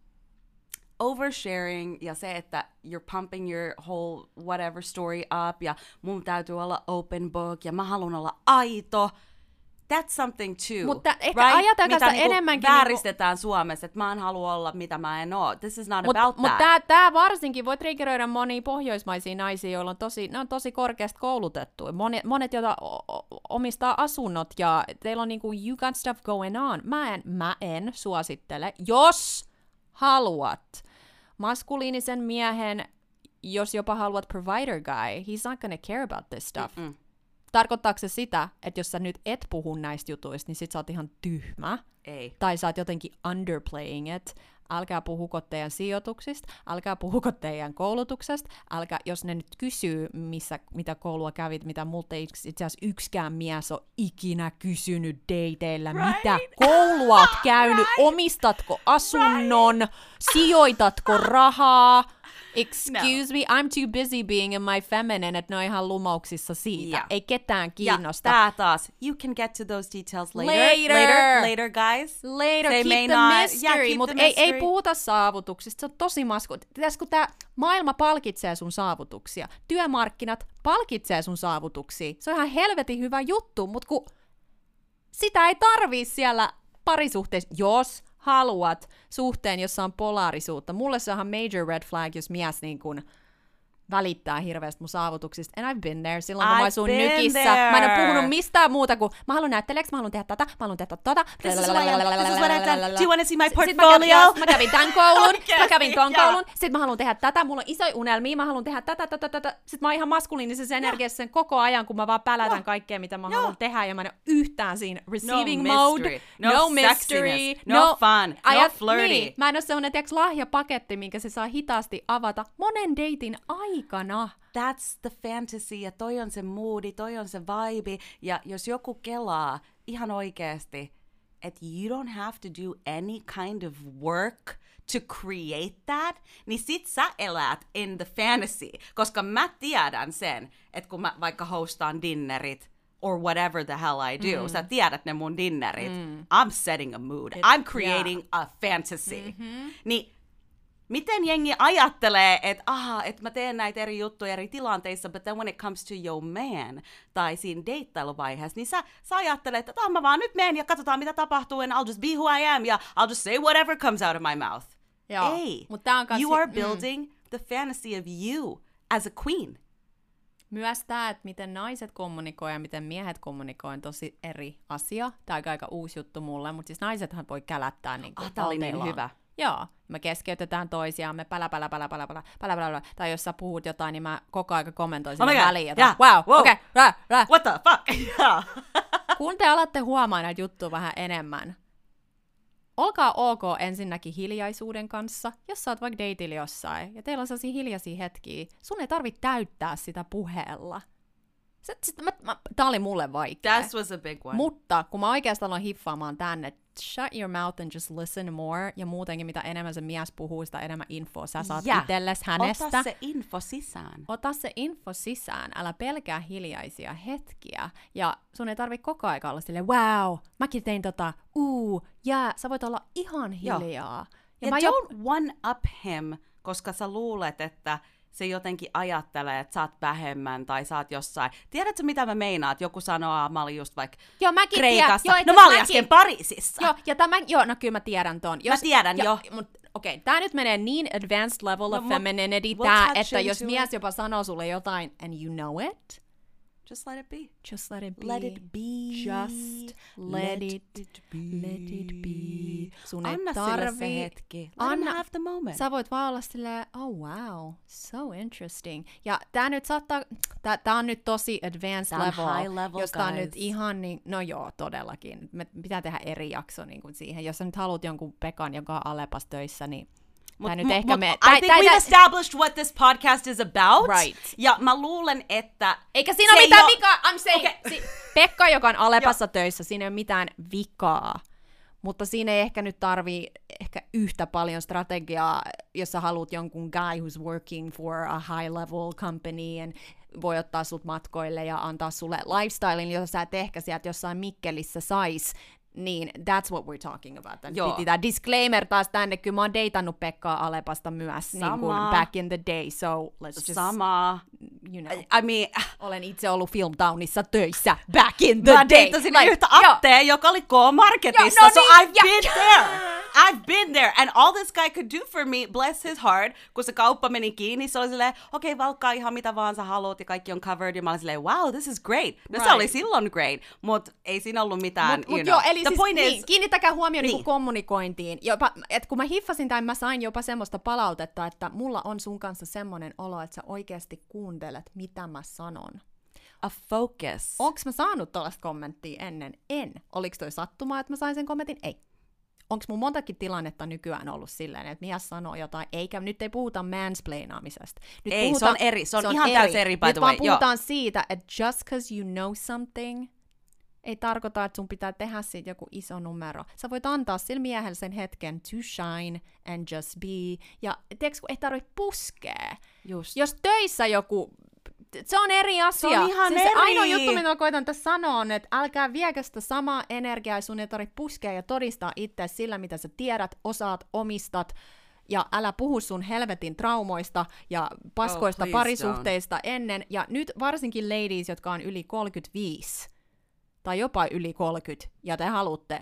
oversharing ja se, että you're pumping your whole whatever story up ja mun täytyy olla open book ja mä haluan olla aito. That's something too, Mutta ehkä right? ajatelkaa Mitä sitä niinku enemmänkin vääristetään niinku... Suomessa, että mä en halua olla mitä mä en oo. This is not Mutta about mut that. tää, tää varsinkin voi triggeröidä monia pohjoismaisia naisia, joilla on tosi, ne on tosi korkeasti koulutettu. Monet, monet joita o- o- omistaa asunnot ja teillä on niinku you got stuff going on. Mä en, mä en suosittele, jos haluat maskuliinisen miehen, jos jopa haluat provider guy, he's not gonna care about this stuff. Mm-mm. Tarkoittaako se sitä, että jos sä nyt et puhu näistä jutuista, niin sit sä oot ihan tyhmä? Ei. Tai sä oot jotenkin underplaying it. Älkää puhuko teidän sijoituksista, älkää puhuko teidän koulutuksesta, älkää, jos ne nyt kysyy, missä, mitä koulua kävit, mitä multa ei itse asiassa yksikään mies on ikinä kysynyt dateilla, Right. mitä koulua oot käynyt, Right. omistatko asunnon, sijoitatko rahaa, excuse No. me, I'm too busy being in my feminine, että ne on ihan lumauksissa siitä, Yeah. ei ketään kiinnosta. Ja tää taas, you can get to those details later. Later. Later, later guys. Later, They keep may the not- mystery, yeah, keep mutta the ei, ei mystery. puhuta saavutuksista, se on tosi masku. Tiedätkö, kun tämä maailma palkitsee sun saavutuksia, työmarkkinat palkitsee sun saavutuksia, se on ihan helvetin hyvä juttu, mutta kun sitä ei tarvii siellä parisuhteessa, jos haluat suhteen, jossa on polaarisuutta. Mulle se on ihan major red flag, jos mies niin kun välittää hirveästi mun saavutuksista. And I've been there silloin, kun mä I've asun been nykissä. there. Mä en ole puhunut mistään muuta kuin mä haluan näyttelijäksi, mä haluan tehdä tätä, mä haluan tehdä tota. This is what I am. This is what I've done. Do you want to see my Sitten mä portfolio? kävin, mä kävin tämän koulun, mä kävin ton Joo. koulun, sit mä haluan tehdä tätä, mulla on isoja unelmia, mä haluan tehdä tätä, tätä, tätä. Sit mä oon ihan maskuliinisessa energiassa sen koko ajan, kun mä vaan pälätän Joo. kaikkea, mitä mä Joo. haluan tehdä, ja mä en ole yhtään siinä receiving No mode, mystery, no no mystery, sexiness, no fun, no flirty. Niin, mä en ole sellainen, tiiäks, lahjapaketti, minkä se saa hitaasti avata monen deitin aikana. That's the fantasy, ja toi on se moodi, toi on se vibe, ja jos joku kelaa ihan oikeasti, että you don't have to do any kind of work to create that, niin sit sä elät in the fantasy, koska mä tiedän sen, että kun mä vaikka hostaan dinnerit, or whatever the hell I do, mm. sä tiedät ne mun dinnerit, mm. I'm setting a mood, It, I'm creating yeah. a fantasy, mm-hmm. niin miten jengi ajattelee, että aha, että mä teen näitä eri juttuja eri tilanteissa, but then when it comes to your man, tai siinä deittailuvaiheessa, niin sä, sä ajattelet, että ah, mä vaan nyt menen ja katsotaan mitä tapahtuu, and I'll just be who I am, ja I'll just say whatever comes out of my mouth. Joo, Ei, mut tää on kans you si- are mm. building the fantasy of you as a queen. Myös tämä, että miten naiset kommunikoi ja miten miehet kommunikoi on tosi eri asia. Tämä on aika uusi juttu mulle, mutta siis naisethan voi kälättää niin kuin Ah, tää oli niin valteillaan. hyvä. Joo, me keskeytetään toisiaan, me pälä, pälä, pälä, pälä, pälä, pälä, pälä, pälä. Tai jos sä puhut jotain, niin mä koko aika kommentoin sinne Oh my God, väliin. yeah, Wow, wow. okei, okay, rä, What the fuck? Yeah. kun te alatte huomaa näitä juttuja vähän enemmän, olkaa ok ensinnäkin hiljaisuuden kanssa, jos sä oot vaikka deitillä jossain, ja teillä on sellaisia hiljaisia hetkiä, sun ei tarvitse täyttää sitä puheella. Se, sit, mä, mä, tää oli mulle vaikea. That was a big one. Mutta kun mä oikeastaan aloin hiffaamaan tänne, shut your mouth and just listen more, ja muutenkin mitä enemmän se mies puhuu, sitä enemmän infoa sä saat Ja, itsellesi hänestä. ota se info sisään. Ota se info sisään, älä pelkää hiljaisia hetkiä. Ja sun ei tarvitse koko aika olla silleen, wow, mäkin tein tota, uu, jää. Sä voit olla ihan hiljaa. Ja, ja mä don't jo... one up him, koska sä luulet, että se jotenkin ajattelee, että sä oot vähemmän tai sä oot jossain. Tiedätkö, mitä mä meinaan? Että joku sanoo, että mä olin just vaikka Joo, mäkin Kreikassa. tiedän. Joo, no itse mä olin mäkin. äsken Pariisissa. Joo, ja tämä, joo, no kyllä mä tiedän ton. Mä tiedän, ja, jo. Mut, okei, okay, tää nyt menee niin advanced level No, of mut femininity, we'll tää, touch että jos into mies it. jopa sanoo sulle jotain, and you know it, Just let it be. just let it be. Let it be. Just let, Let it, it be. let it be. Sun Anna ei sille tarvii... se hetki. Let Anna- him have the moment. Sä voit vaan olla silleen, oh wow, so interesting. Ja tää nyt saattaa, tää, tää on nyt tosi advanced Tää on level, high level, jos tää on guys. nyt ihan niin, no joo, todellakin. Me pitää tehdä eri jakso niin kuin siihen. Jos sä nyt haluat jonkun Pekan, joka on Alepas töissä, niin tää nyt ehkä me... I tää- think tää- we've tää- established what this podcast is about. Right. Ja mä luulen, että... Eikä siinä se ole ei mitään oo- vikaa, I'm saying. Okei. Si- Pekka, joka on Alepassa töissä, siinä ei ole mitään vikaa. Mutta siinä ei ehkä nyt tarvii ehkä yhtä paljon strategiaa, jos sä haluat jonkun guy who's working for a high level company and voi ottaa sut matkoille ja antaa sulle lifestylein, jota sä et ehkä sieltä jossain Mikkelissä sais, niin that's what we're talking about. Tän Joo. piti tää disclaimer taas tänne, kyllä mä oon deitannut Pekkaa Alepasta myös niin kuin Sama. back in the day, so let's just, Samaa. you know. I mean... Olen itse ollut Filmtownissa töissä back in the Mä day. deittasin Like, yhtä joo. Attea, joka oli K-Marketissa, Joo, no so niin, I've ja- been there. I've been there. And all this guy could do for me, bless his heart, kun se kauppa meni kiinni, se oli silleen, okei, okay, valkkaa ihan mitä vaan sä haluat ja kaikki on covered. Ja mä olin silleen, wow, this is great. No Right. se oli silloin great, mutta ei siinä ollut mitään, Mut, you mut know. joo, eli The siis, point niin, is, kiinnittäkää huomioon niin. Niin. kommunikointiin. Jopa, et kun mä hiffasin tai mä sain jopa semmoista palautetta, että mulla on sun kanssa semmoinen olo, että sä oikeasti kuuntelet, mitä mä sanon. a focus. Onks mä saanut tällaista kommenttia ennen? En. Oliks toi sattumaa, että mä sain sen kommentin? Ei. Onks mun montakin tilannetta nykyään ollut silleen, että mies sanoo jotain, eikä nyt ei puhuta mansplainaamisesta. Nyt Ei, se puhutaan, on eri. Se on ihan täysin eri, by Nyt the vaan way. Joo. puhutaan siitä, että just cause you know something, ei tarkoita, että sun pitää tehdä siitä joku iso numero. Sä voit antaa sillä miehellä sen hetken to shine and just be. Ja tiedätkö, kun ei tarvitse puskea. Just. Jos töissä joku... Se on eri asia. Se on ihan siis eri. Se ainoa juttu, mitä mä koitan tässä sanoa, on, että älkää viekö sitä samaa energiaa, ja sun ei tarvitse puskea ja todistaa itse sillä, mitä sä tiedät, osaat, omistat, ja älä puhu sun helvetin traumoista ja paskoista Oh, please parisuhteista don't. ennen. Ja nyt varsinkin ladies, jotka on yli kolmekymmentäviisi, tai jopa yli kolmekymmentä, ja te haluatte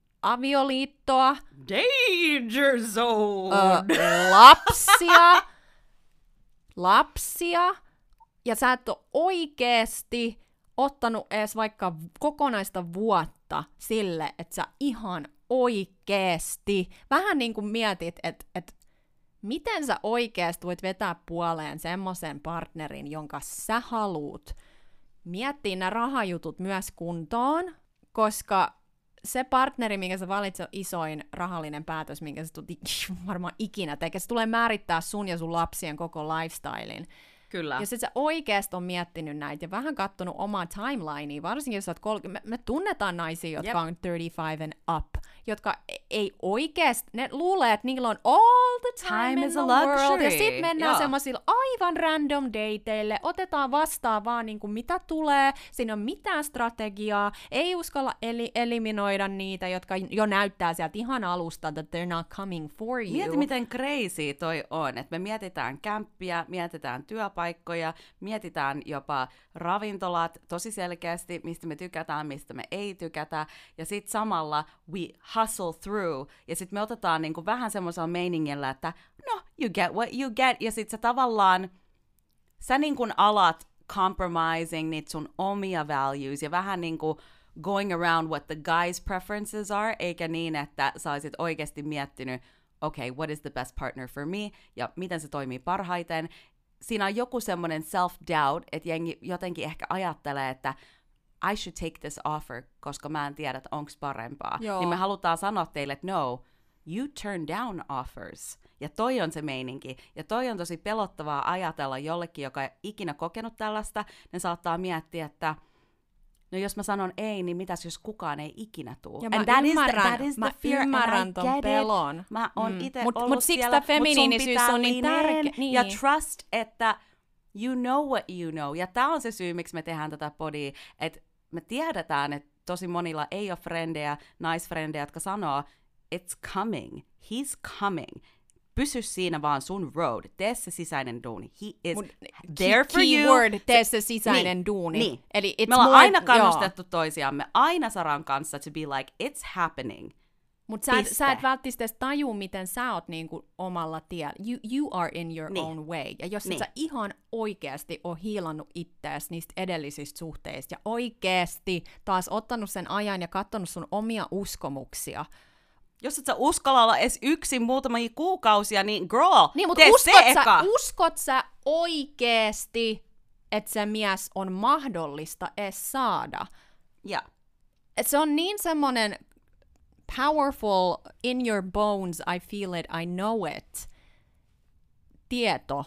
avioliittoa, Danger zone. ö, lapsia, lapsia, ja sä et ole oikeesti ottanut edes vaikka kokonaista vuotta sille, että sä ihan oikeesti vähän niin kuin mietit, että et, miten sä oikeesti voit vetää puoleen semmoisen partnerin, jonka sä haluut miettiä nämä rahajutut myös kuntoon, koska se partneri, minkä sä valitset, on isoin rahallinen päätös, minkä sä tulet varmaan ikinä tekemään. Se tulee määrittää sun ja sun lapsien koko lifestylin. Kyllä. Jos et sä oikeasti on miettinyt näitä ja vähän kattonut omaa timelinea, varsinkin jos sä oot kolmekymmentä, me, me tunnetaan naisia, jotka yep. on kolmekymmentäviisi and up, jotka ei oikeasti, ne luulee, että niillä on all the time, time in the world, ja sit mennään yeah. semmoisilla aivan random dateille, otetaan vastaan vaan niin kuin mitä tulee, siinä on mitään strategiaa, ei uskalla eli- eliminoida niitä, jotka jo näyttää sieltä ihan alusta, that they're not coming for you. Mieti, miten crazy toi on, että me mietitään kämppiä, mietitään työpaikkoja, mietitään jopa ravintolat tosi selkeästi, mistä me tykätään, mistä me ei tykätä, ja sit samalla we hustle through, ja sit me otetaan niinku vähän semmoisella meiningillä, että no, you get what you get, ja sit sä tavallaan, sä niinku alat compromising niitä sun omia values, ja vähän niinku going around what the guy's preferences are, eikä niin, että sä olisit oikeasti miettinyt, okay, what is the best partner for me, ja miten se toimii parhaiten. Siinä on joku semmoinen self-doubt, että jengi jotenkin ehkä ajattelee, että I should take this offer, koska mä en tiedä, että onko parempaa. Joo. Niin me halutaan sanoa teille, että no, you turn down offers. Ja toi on se meininki. Ja toi on tosi pelottavaa ajatella jollekin, joka ei ikinä kokenut tällaista. Ne saattaa miettiä, että no jos mä sanon ei, niin mitäs jos kukaan ei ikinä tuu? Ja mä and ymmärrän, that is the, that is the fear, ymmärrän ton pelon. Mä oon mm. ite mut, ollut mut siellä, mut feminiinisyys on niin tärkeä. Niin. Ja trust, että you know what you know. Ja tää on se syy, miksi me tehdään tätä podia, että me tiedetään, että tosi monilla ei ole frendejä, naisfrendejä, jotka sanoo, it's coming, he's coming. Pysy siinä vaan sun road, tee se sisäinen duuni. He is Mut, there for key you. Word, tee se sisäinen niin, duuni. Niin. Eli it's me ollaan more, aina kannustettu joo. toisiamme, aina Saran kanssa to be like, it's happening. Mutta sä, sä et välttämättä edes tajua, miten sä oot niinku omalla tiellä. You, you are in your niin. own way. Ja jos niin. sä ihan oikeasti oot hiilannut ittees niistä edellisistä suhteista ja oikeasti taas ottanut sen ajan ja katsonut sun omia uskomuksia. Jos et sä uskalla olla edes yksin muutamia kuukausia, niin girl, niin, tee uskot se sä, eka. Uskot sä oikeesti, että se mies on mahdollista edes saada? Ja. Et se on niin semmonen powerful, in your bones, I feel it, I know it, tieto.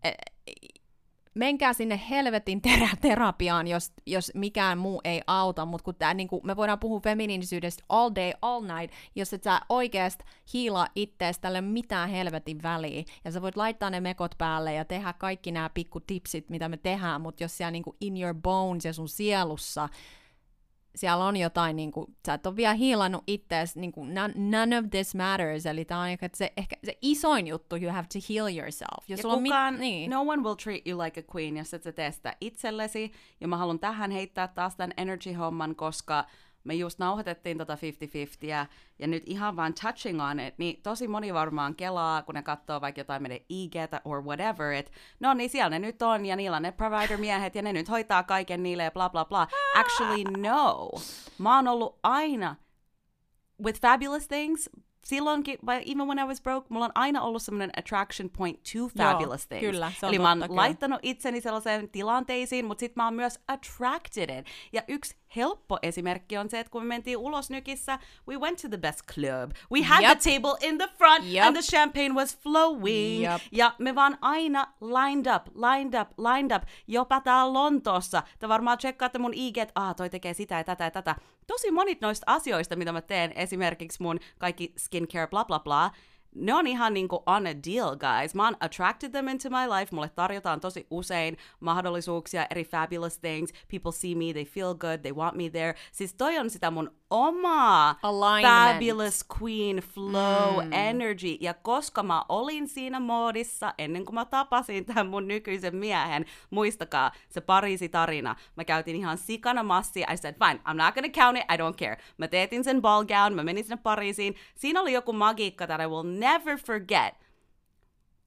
Menkää sinne helvetin terä- terapiaan, jos, jos mikään muu ei auta, mutta kun tää, niin kun me voidaan puhua feminiinisyydestä all day, all night, jos et sä oikeasti hiilaa ittees, tälle mitään helvetin väliä, ja sä voit laittaa ne mekot päälle ja tehdä kaikki nämä pikku tipsit, mitä me tehdään, mutta jos siellä niin kun in your bones ja sun sielussa, siellä on jotain, niin kuin, sä et ole vielä hiilannut itseäsi, niin kuin, none, none of this matters, eli tää on ehkä se, ehkä se isoin juttu, you have to heal yourself. Jos ja kukaan, mit, niin. no one will treat you like a queen, jos et sä tee sitä itsellesi, ja mä haluan tähän heittää taas tämän energy-homman, koska me just nauhoitettiin tota viisikymmentä viisikymmentä, ja nyt ihan vaan touching on it, niin tosi moni varmaan kelaa, kun ne katsoo vaikka jotain meidän I G:tä or whatever, että no niin siellä ne nyt on, ja niillä on ne provider-miehet, ja ne nyt hoitaa kaiken niille, ja bla bla bla. Actually, no. Mä oon ollut aina, with fabulous things, silloinkin, even when I was broke, mulla on aina ollut semmoinen attraction point to fabulous Joo, things. Kyllä, se on Eli totta, mä oon kyllä. laittanut itseni sellaiseen tilanteisiin, mutta sit mä oon myös attracted it. Ja yksi helppo esimerkki on se, että kun me mentiin ulos Nykissä, we went to the best club. We had Yep. the table in the front, Yep. and the champagne was flowing. Yep. Ja me vaan aina lined up, lined up, lined up. Jopa täällä Lontoossa. Te varmaan tsekkaatte mun I G, että ah, toi tekee sitä ja tätä ja tätä. Tosi monit noista asioista, mitä mä teen, esimerkiksi mun kaikki skincare, bla bla bla, ne on ihan niinku on a deal, guys. Mä oon attracted them into my life. Mulle tarjotaan tosi usein mahdollisuuksia, eri fabulous things. People see me, they feel good, they want me there. Siis toi on sitä mun omaa alignment. Fabulous queen flow mm. energy. Ja koska mä olin siinä moodissa ennen kuin mä tapasin tämän mun nykyisen miehen, muistakaa se Pariisi-tarina. Mä käytin ihan sikana massia. I said, fine, I'm not gonna count it, I don't care. Mä teetin sen ball gown, mä menin sinne Pariisiin. Siinä oli joku magiikka that I will never forget.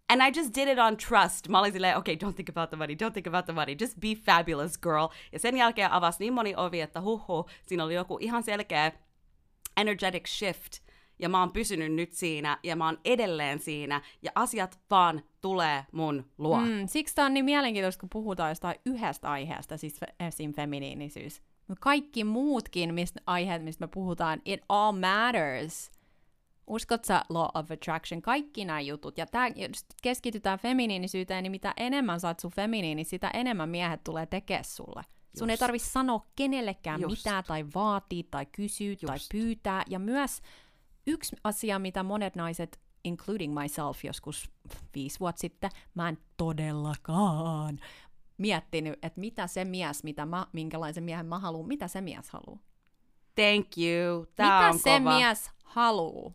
And I just did it on trust. Mä olin silleen, okay, don't think about the money, don't think about the money, just be fabulous girl. Ja sen jälkeen avasi niin moni ovi, että huhhuh, siinä oli joku ihan selkeä energetic shift. Ja mä oon pysynyt nyt siinä, ja mä oon edelleen siinä, ja asiat vaan tulee mun luo. Mm, siksi tää on niin mielenkiintoista, kun puhutaan jostain yhdestä aiheesta, siis esim. Feminiinisyys. Mutta kaikki muutkin mistä, aiheet, mistä me puhutaan, it all matters. Uskot sä law of attraction? Kaikki nämä jutut. Ja tää, jos keskitytään feminiinisyyteen, niin mitä enemmän sä oot sun feminiini, sitä enemmän miehet tulee tekemään sulle. Sun Just. ei tarvi sanoa kenellekään Just. mitään, tai vaatia, tai kysyä, Just. tai pyytää. Ja myös yksi asia, mitä monet naiset, including myself joskus viisi vuotta sitten, mä en todellakaan miettinyt, että mitä se mies, mitä mä, minkälaisen miehen mä haluan, mitä se mies haluaa. Thank you. Tää Mitä on se kova. mies haluaa?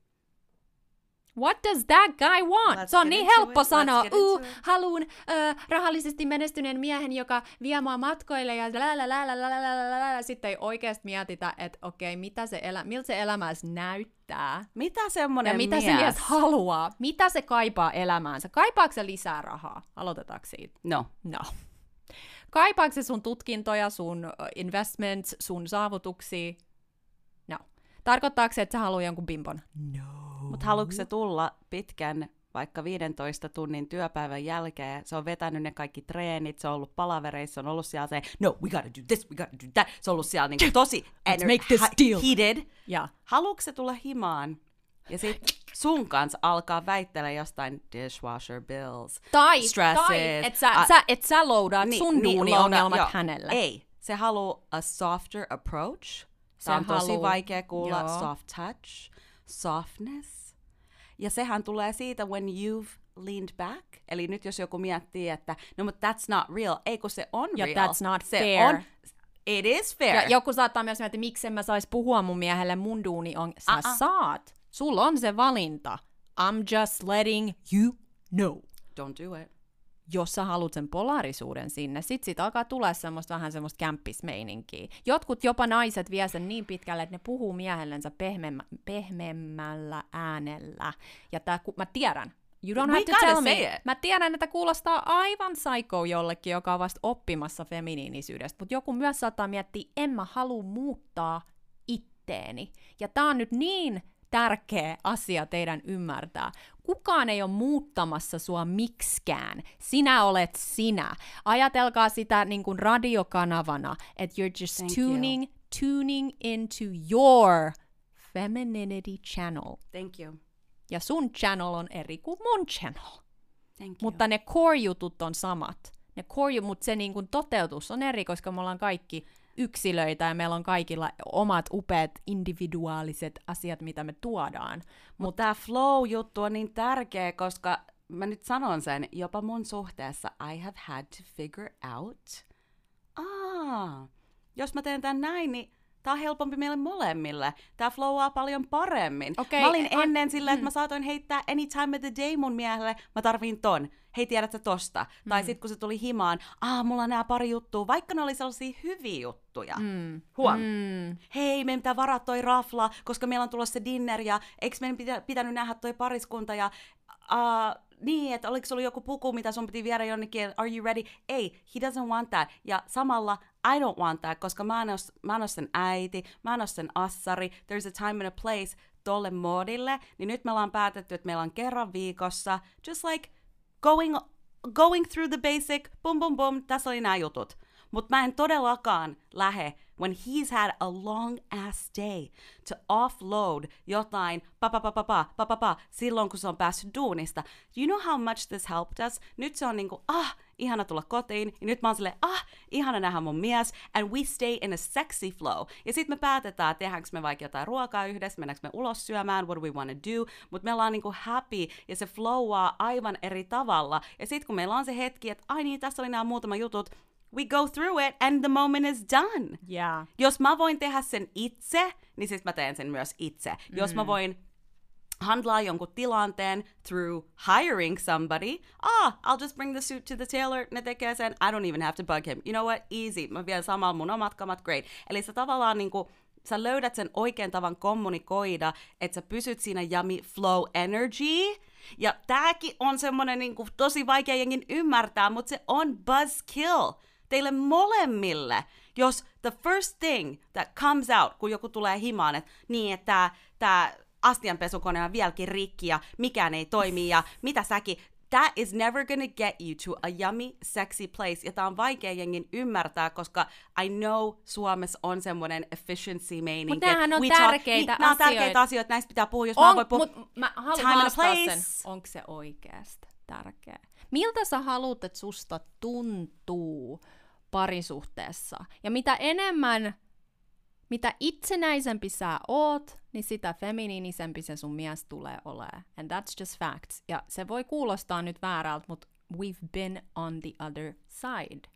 What does that guy want? Let's se on get niin into helppo it. sanoa, Let's get uu, into it. haluun äh, rahallisesti menestyneen miehen, joka vie mua matkoille ja lalalalalalala. Sitten ei oikeasti mietitä, että okei, mitä se elä, miltä se elämä edes näyttää. Mitä semmonen Ja mitä mies? se mies haluaa? Mitä se kaipaa elämäänsä? Kaipaako se lisää rahaa? Aloitetaanko siitä? No. No. Kaipaako se sun tutkintoja, sun investments, sun saavutuksia? No. Tarkoittaako se, että sä haluaa jonkun bimbon? No. Mutta haluatko se tulla pitkän, vaikka viidentoista tunnin työpäivän jälkeen, se on vetänyt ne kaikki treenit, se on ollut palavereissa, se on ollut siellä se, no, we gotta do this, we gotta do that, se on ollut siellä niinku tosi Let's make this deal. heated. Ja. Haluatko se tulla himaan? Ja sit sun kanssa alkaa väittellä jostain dishwasher bills, Tai, stresses. tai että sä, a- sä, et sä loudaat Niin, sun niin, duuniongelmat joo. hänelle. Ei, se haluaa a softer approach. Se, Se on tosi haluu- vaikea kuulla. joo. Soft touch, softness. Ja sehän tulee siitä when you've leaned back. Eli nyt jos joku miettii, että no but that's not real. Ei kun se on Ja real. that's not se fair. On, it is fair. Ja joku saattaa myös miettiä, että miksi en mä sais puhua mun miehelle, mun duuni on, sä Uh-uh. saat. Sulla on se valinta. I'm just letting you know. Don't do it. Jos sä haluat sen polaarisuuden sinne, sit sit alkaa tulla semmoista vähän semmoista kämppismeininkiä. Jotkut jopa naiset vie sen niin pitkälle, että ne puhuu miehellensä pehmeämmä, pehmeämmällä äänellä. Ja tää, ku, mä tiedän, you don't We have to gotta tell say me. it. Mä tiedän, että kuulostaa aivan psycho jollekin, joka on vasta oppimassa feminiinisyydestä. Mutta joku myös saattaa miettiä, en mä halua muuttaa itteeni. Ja tää on nyt niin tärkeä asia teidän ymmärtää. Kukaan ei ole muuttamassa sua miksikään. Sinä olet sinä. Ajatelkaa sitä niin kuin radiokanavana, että you're just Thank tuning, tuning into your femininity channel. Thank you. Ja sun channel on eri kuin mun channel. Thank you. Mutta ne core-jutut on samat. Ne core, mutta se niin kuin toteutus on eri, koska me ollaan kaikki yksilöitä ja meillä on kaikilla omat upeat individuaaliset asiat, mitä me tuodaan. Mutta tämä flow-juttu on niin tärkeä, koska mä nyt sanon sen, jopa mun suhteessa I have had to figure out, aa, jos mä teen tän näin, niin tää on helpompi meille molemmille. Tää flowaa paljon paremmin. Okei, mä olin an- ennen silleen, että mm. mä saatoin heittää any time of the day mun miehelle, mä tarviin ton. Hei, tiedätkö tosta? Mm. Tai sit kun se tuli himaan, aa, mulla on nää pari juttua, vaikka ne oli sellaisia hyviä juttuja. Mm. Huom. Mm. Hei, meidän pitää varaa toi rafla, koska meillä on tulossa se dinner, ja eikö meidän pitä, pitänyt nähdä toi pariskunta, ja uh, niin, että oliko sulla joku puku, mitä sun piti viedä jonnekin, are you ready? Ei, he doesn't want that. Ja samalla, I don't want that, koska mä en ole, mä en ole sen äiti, mä en ole sen assari, there's a time and a place tolle moodille, niin nyt me ollaan päätetty, että meillä on kerran viikossa, just like going, going through the basic, bum bum bum, tässä oli nämä jutut. Mutta mä en todellakaan lähe, when he's had a long ass day, to offload jotain pa pa pa pa pa pa pa pa silloin kun se on päässyt duunista. You know how much this helped us? Nyt se on niinku, ah, ihana tulla kotiin. Ja nyt mä oon silleen, ah, ihana nähdä mun mies. And we stay in a sexy flow. Ja sit me päätetään, tehdäänkö me vaikka jotain ruokaa yhdessä, mennäänkö me ulos syömään, what do we want to do. Mutta me ollaan niinku happy ja se flowaa aivan eri tavalla. Ja sit kun meillä on se hetki, että ai niin, tässä oli nämä muutama jutut, we go through it and the moment is done. Yeah. Jos mä voin tehdä sen itse, niin sit mä teen sen myös itse. Mm. Jos mä voin handlaa jonkun tilanteen through hiring somebody, ah, I'll just bring the suit to the tailor, ne tekee sen, I don't even have to bug him. You know what? Easy. Mä vien samalla mun omat kamat, great. Eli sä tavallaan niinku, sä löydät sen oikean tavan kommunikoida, että sä pysyt siinä yummy flow energy, Ja tääkin on semmonen niinku tosi vaikea jengin ymmärtää, mutta se on buzzkill teille molemmille. Jos the first thing that comes out, kun joku tulee himaan, että niin, että tää, tää astianpesukone on vieläkin rikki ja mikään ei toimi ja mitä säkin, that is never gonna get you to a yummy, sexy place. Ja tää on vaikea jengin ymmärtää, koska I know Suomessa on semmoinen efficiency-meininki. Mutta näähän on We tärkeitä talk, niin, asioita. Nämä on tärkeitä asioita, näistä pitää puhua, jos on, mä voin puhua. Mut mä haluan Time and a haastaa place. sen, onko se oikeasti tärkeä. Miltä sä haluat, että susta tuntuu parisuhteessa? Ja mitä enemmän, mitä itsenäisempi sä oot, niin sitä feminiinisempi se sun mies tulee olemaan. And that's just facts. Ja se voi kuulostaa nyt väärältä, mutta we've been on the other side.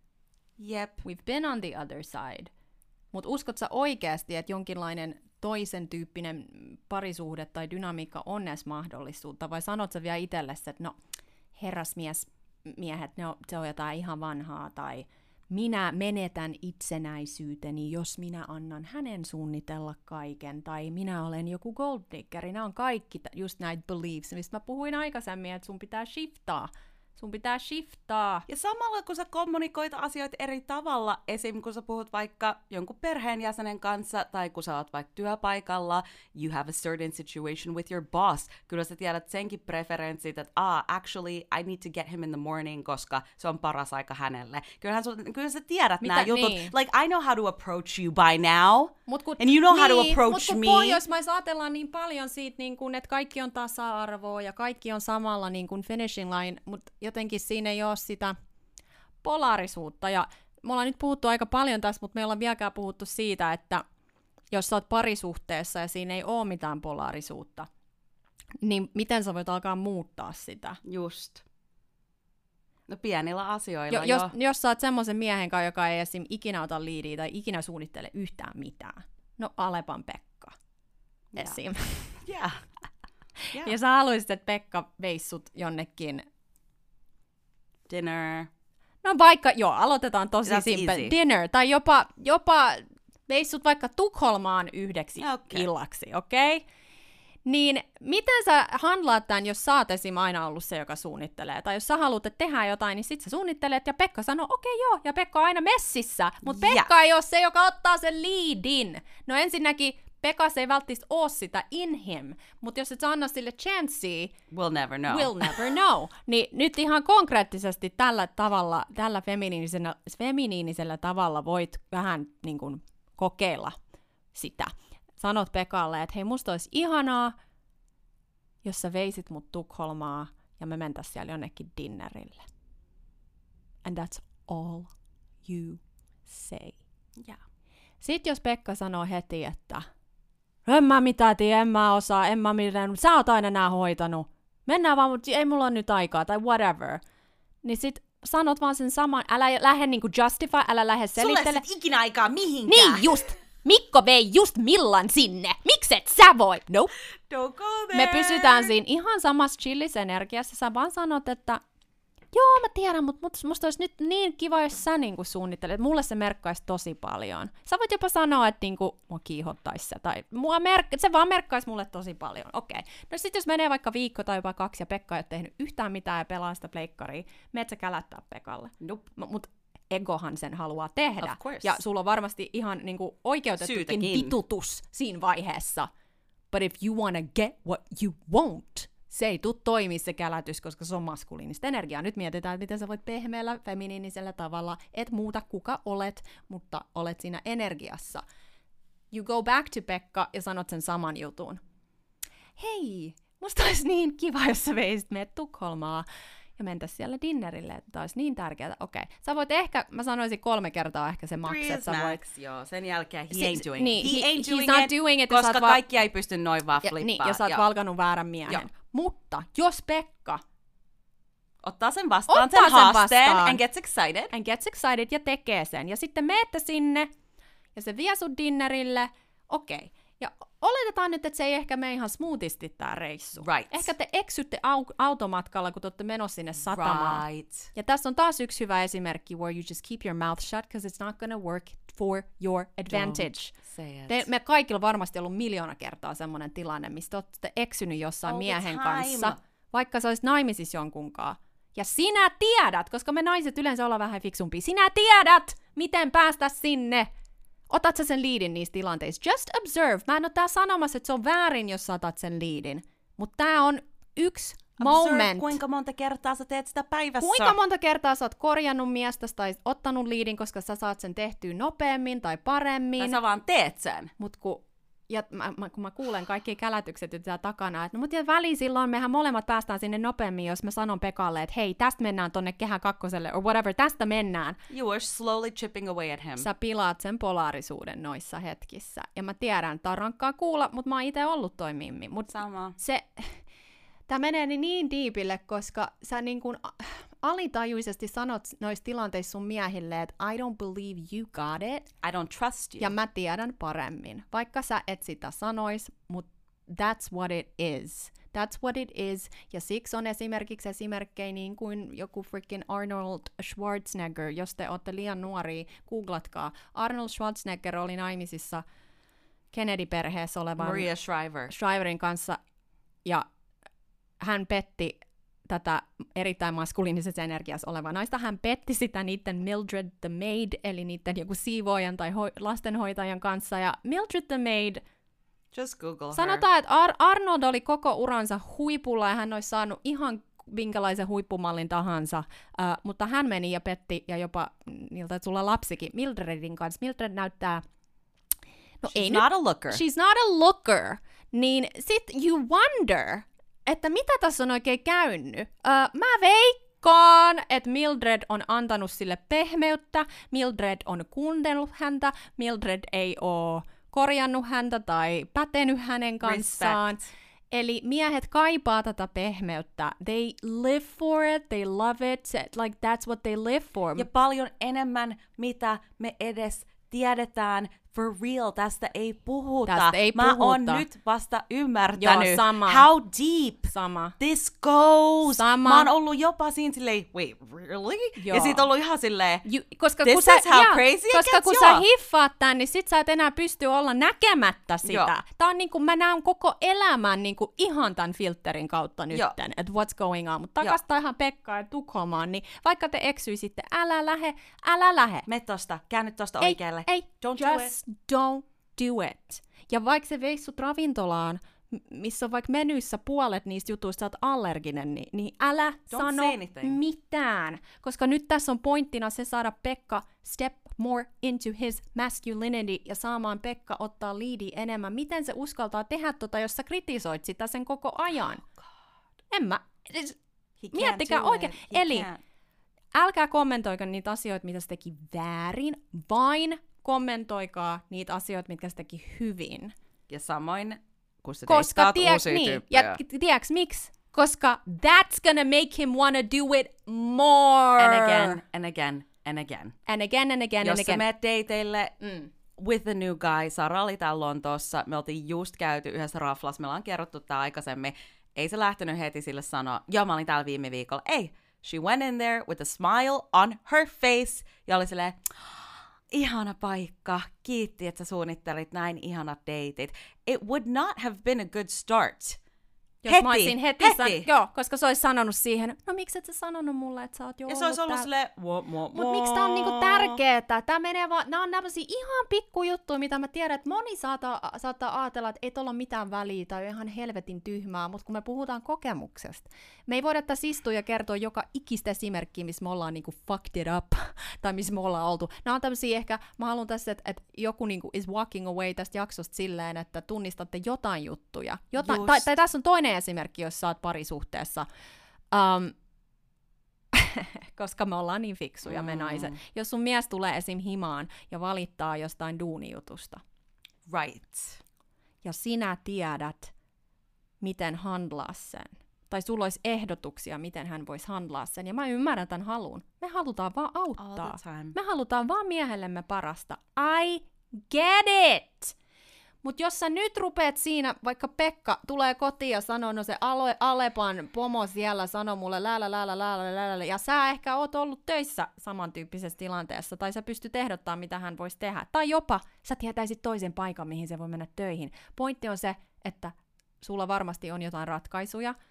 Jep. We've been on the other side. Mutta uskot sä oikeasti, että jonkinlainen toisen tyyppinen parisuhde tai dynamiikka on edes mahdollisuutta? Vai sanot sä vielä itsellesi, että no herrasmies, miehet, no, se on jotain ihan vanhaa, tai minä menetän itsenäisyyteni, jos minä annan hänen suunnitella kaiken, tai minä olen joku golddiggeri. Nämä on kaikki t- just näitä beliefs, mistä mä puhuin aikaisemmin, että sun pitää shiftaa. Sun pitää shiftaa. Ja samalla kun sä kommunikoit asioita eri tavalla, esim. Kun sä puhut vaikka jonkun perheenjäsenen kanssa, tai kun sä oot vaikka työpaikalla, you have a certain situation with your boss. Kyllä sä tiedät senkin preferenssit, että ah, actually, I need to get him in the morning, koska se on paras aika hänelle. Kyllähän sun, kyllä sä tiedät nämä jutut. Niin? Like, I know how to approach you by now. Mut kun, and you know niin, how to approach mut kun me. Pohjoismaissa ajatellaan niin paljon siitä, niin kun, että kaikki on tasa-arvoa ja kaikki on samalla niin kun finishing line, mutta jotenkin siinä ei ole sitä polaarisuutta. Ja me ollaan nyt puhuttu aika paljon tässä, mutta me ollaan vieläkään puhuttu siitä, että jos sä oot parisuhteessa ja siinä ei ole mitään polaarisuutta, niin miten sä voit alkaa muuttaa sitä? Just. No pienillä asioilla, jo, jos, jos sä oot semmoisen miehen kanssa, joka ei esim. Ikinä ota liidiä tai ikinä suunnittele yhtään mitään. No Alepan Pekka. Esim. Yeah. Yeah. Ja sä haluaisit, että Pekka veisi sut jonnekin. Dinner. No vaikka, joo, aloitetaan tosi That's simple. easy. Dinner. Tai jopa, jopa veisi sut vaikka Tukholmaan yhdeksi Okay. illaksi, okei? Okay? Niin miten sä handlaat tämän, jos sä oot esim. Aina ollut se, joka suunnittelee? Tai jos sä haluat, että tehdään jotain, niin sit sä suunnittelet ja Pekka sanoo, okei okay, joo, ja Pekka on aina messissä. Mutta Pekka Yeah. ei ole se, joka ottaa sen leadin. No ensinnäkin Pekka se ei välttämättä ole sitä in him, mutta jos et sä anna sille chancea, We'll never know. we'll never know. Niin nyt ihan konkreettisesti tällä tavalla, tällä feminiinisellä, feminiinisellä tavalla voit vähän niin kuin kokeilla sitä. Sanot Pekalle, että hei, musta olisi ihanaa, jos sä veisit mut Tukholmaa ja me mentäis siellä jonnekin dinnerille. And that's all you say. Yeah. Sitten jos Pekka sanoo heti, että en mä mitään tiedä, en mä osaa, en mä mitään, sä oot aina nää hoitanut. Mennään vaan, mutta ei mulla ole nyt aikaa, tai whatever. Niin sit sanot vaan sen saman, älä lähde niinku justify, älä lähde selittele. Sulle sit ikinä aikaa mihinkään. Niin just! Mikko vei just Millan sinne. Mikset sä voi? Nope. Don't go there. Me pysytään siinä ihan samassa chillissä energiassa. Sä vaan sanot, että joo, mä tiedän, mutta musta olisi nyt niin kiva, jos sä niinku suunnittelet. Mulle se merkkaisi tosi paljon. Sä voit jopa sanoa, että niinku, mua kiihottaisi se, tai mua merk- se vaan merkkaisi mulle tosi paljon. Okei. Okay. No sit jos menee vaikka viikko tai jopa kaksi ja Pekka ei ole tehnyt yhtään mitään ja pelaa sitä pleikkaria, meet sä kälättää Pekalle. Nope. M- mut egohan sen haluaa tehdä. Of course. Ja sulla on varmasti ihan niinku oikeutettukin Syytäkin. vitutus siinä vaiheessa. But if you wanna get what you want, se ei tule toimia se kälätys, koska se on maskuliinista energiaa. Nyt mietitään, että miten sä voit pehmeällä, feminiinisellä tavalla, et muuta kuka olet, mutta olet siinä energiassa. You go back to Pekka ja sanot sen saman jutun. Hei, musta olisi niin kiva, jos sä veisit meidät Tukholmaa ja mentäis siellä dinnerille, että tämä olisi niin tärkeää. Okei, okay. Sä voit ehkä, mä sanoisin kolme kertaa ehkä se maks, Three että is sä voit. max, joo. Sen jälkeen he Se- ain't doing niin, it. He, he- ain't he's doing not it, doing it, ja sä koska oot va- kaikki ei pysty noin vaan Ja, flippaa. niin, ja sä oot Joo. valkannut väärän miehen. Joo. Mutta jos Pekka Ottaa sen vastaan, Ottaa sen sen haasteen, vastaan. and gets excited. and gets excited ja tekee sen, ja sitten meette sinne, ja se vie sut dinnerille, okei. Okay. Ja oletetaan nyt, että se ei ehkä mene ihan smoothisti tää reissu. Right. Ehkä te eksytte au- automatkalla, kun te olette menossa sinne satamaan. Right. Ja tässä on taas yksi hyvä esimerkki, where you just keep your mouth shut, because it's not gonna work for your advantage. Don't say it. Te, me kaikilla varmasti ollut miljoona kertaa semmoinen tilanne, missä te olette eksynyt jossain All the miehen time. kanssa, vaikka sä olisit naimisissa jonkunkaan, ja sinä tiedät, koska me naiset yleensä ollaan vähän fiksumpia, sinä tiedät, miten päästä sinne. Otat sä sen liidin niissä tilanteissa. Just observe. Mä en ole tää sanomassa, että se on väärin, jos sä otat sen liidin. Mutta tää on yksi Observe, moment. kuinka monta kertaa sä teet sitä päivässä. Kuinka monta kertaa sä oot korjannut miestäsi tai ottanut liidin, koska sä saat sen tehtyä nopeammin tai paremmin. Tai sä vaan teet sen. Mut kun, ja mä, mä, kun mä kuulen kaikki kälätykset täällä takana, että no mut ja väliin silloin mehän molemmat päästään sinne nopeammin, jos mä sanon Pekalle, että hei, tästä mennään tonne Kehä kakkoselle, or whatever, tästä mennään. You were slowly chipping away at him. Sä pilaat sen polaarisuuden noissa hetkissä. Ja mä tiedän, tää on rankkaa kuulla, mutta mä oon ite ollut toi Mimmi. Mut Sama. se, tää menee niin diipille, koska sä niin kun alitajuisesti sanot noissa tilanteissa sun miehille, että I don't believe you got it. I don't trust you. Ja mä tiedän paremmin. Vaikka sä et sitä sanois, mutta that's what it is. That's what it is. Ja siksi on esimerkiksi esimerkkejä niin kuin joku freaking Arnold Schwarzenegger. Jos te ootte liian nuoria, googlatkaa. Arnold Schwarzenegger oli naimisissa Kennedy-perheessä olevan Maria Shriver. Shriverin kanssa. Ja hän petti tätä erittäin maskuliinisessa energiassa olevaa naista. Hän petti sitä niiden Mildred the Maid, eli niiden joku siivoojan tai ho- lastenhoitajan kanssa. Ja Mildred the Maid, Just Google sanotaan, että Ar- Arnold oli koko uransa huipulla ja hän olisi saanut ihan minkälaisen huippumallin tahansa, uh, mutta hän meni ja petti, ja jopa niiltä, että sulla lapsikin, Mildredin kanssa. Mildred näyttää... No She's ei not nyt, a looker. She's not a looker. Niin sit you wonder, että mitä tässä on oikein käynyt. Uh, mä veikkaan, että Mildred on antanut sille pehmeyttä, Mildred on kuunnellut häntä, Mildred ei oo korjannut häntä tai pätenyt hänen kanssaan. Respect. Eli miehet kaipaa tätä pehmeyttä. They live for it, they love it, like that's what they live for. Ja paljon enemmän, mitä me edes tiedetään. For real, tästä ei puhuta. Tästä ei Mä puhuta. oon nyt vasta ymmärtänyt, Joo, sama. how deep Sama. this goes. Sama. Mä oon ollut jopa siinä silleen, wait, really? Joo. Ja sit ollut ihan silleen, You, koska This kun sä, is how jaa, crazy it koska gets, kun joo. sä hiffaat tän, niin sit sä et enää pysty olla näkemättä sitä. Joo. Tää on niinku, mä näen koko elämän niinku ihan tän filterin kautta nytten, että what's going on. Mutta takas tähän Pekkaan ja Tukholmaan, niin vaikka te eksyisitte, älä lähe, älä lähe. me tosta, käänny tosta Ei, oikealle. ei, Don't do just don't do it. Ja vaikka se veisi sut ravintolaan, m- missä on vaikka menyissä puolet niistä jutuista, sä oot allerginen, niin, niin älä Don't sano say anything. mitään. Koska nyt tässä on pointtina se saada Pekka step more into his masculinity ja saamaan Pekka ottaa liidi enemmän. Miten se uskaltaa tehdä tota, jos sä kritisoit sitä sen koko ajan? Oh en mä. He can't Miettikää do oikein. it. He Eli can't. älkää kommentoiko niitä asioita, mitä se teki väärin, vain kommentoikaa niitä asioita, mitkä se teki hyvin. Ja samoin, kun sä Koska teistaat tiedät, uusia niin, tyyppejä. ja tiedätkö miksi? Koska that's gonna make him wanna do it more. And again, and again, and again. And again, and again, Jos and sä again. meet dateille Mm. with a new guy, Sara oli täällä Lontoossa, me oltiin just käyty yhdessä raflassa, me ollaan kerrottu tää aikaisemmin, ei se lähtenyt heti sille sanoa, joo mä olin täällä viime viikolla, ei, she went in there with a smile on her face, ja oli silleen, ihana paikka, kiitti, että sä suunnittelit näin ihanat dateit. It would not have been a good start. Jos heti, mä olisin heti, heti. San- joo, koska se olisi sanonut siihen, no miksi et sä sanonut mulle, että sä oot jo Ja se olisi ollut täällä? silleen, wo, wo, Mut miksi tää on niinku tärkeetä? Tää menee vaan, nää on tämmösiä ihan pikkujuttuja, mitä mä tiedän, että moni saattaa, saattaa ajatella, että ei tuolla ole mitään väliä tai ihan helvetin tyhmää, mutta kun me puhutaan kokemuksesta, me ei voida tässä istua ja kertoa joka ikistä esimerkkiä, missä me ollaan niinku fucked it up, tai missä me ollaan oltu. Nää on tämmösiä ehkä, mä haluan tässä, että, että joku niinku is walking away tästä jaksosta silleen, että tunnistatte jotain juttuja. Jotain, tai, tai tässä on toinen esimerkki, jos sä oot parisuhteessa. Um, koska me ollaan niin fiksuja, me Mm. naiset. Jos sun mies tulee esim. Himaan ja valittaa jostain duunijutusta, Right. ja sinä tiedät, miten handlaa sen, tai sulla olisi ehdotuksia, miten hän voisi handlaa sen, ja mä ymmärrän tämän halun. Me halutaan vaan All auttaa. the time. Me halutaan vaan miehellemme parasta. I get it! Mut jos sä nyt rupeat siinä, vaikka Pekka tulee kotiin ja sanoo, no se Ale- Alepan pomo siellä sanoo mulle läällä, läällä, läällä, läällä, ja sä ehkä oot ollut töissä samantyyppisessä tilanteessa, tai sä pystyt ehdottamaan, mitä hän voisi tehdä. Tai jopa sä tietäisit toisen paikan, mihin se voi mennä töihin. Pointti on se, että sulla varmasti on jotain ratkaisuja,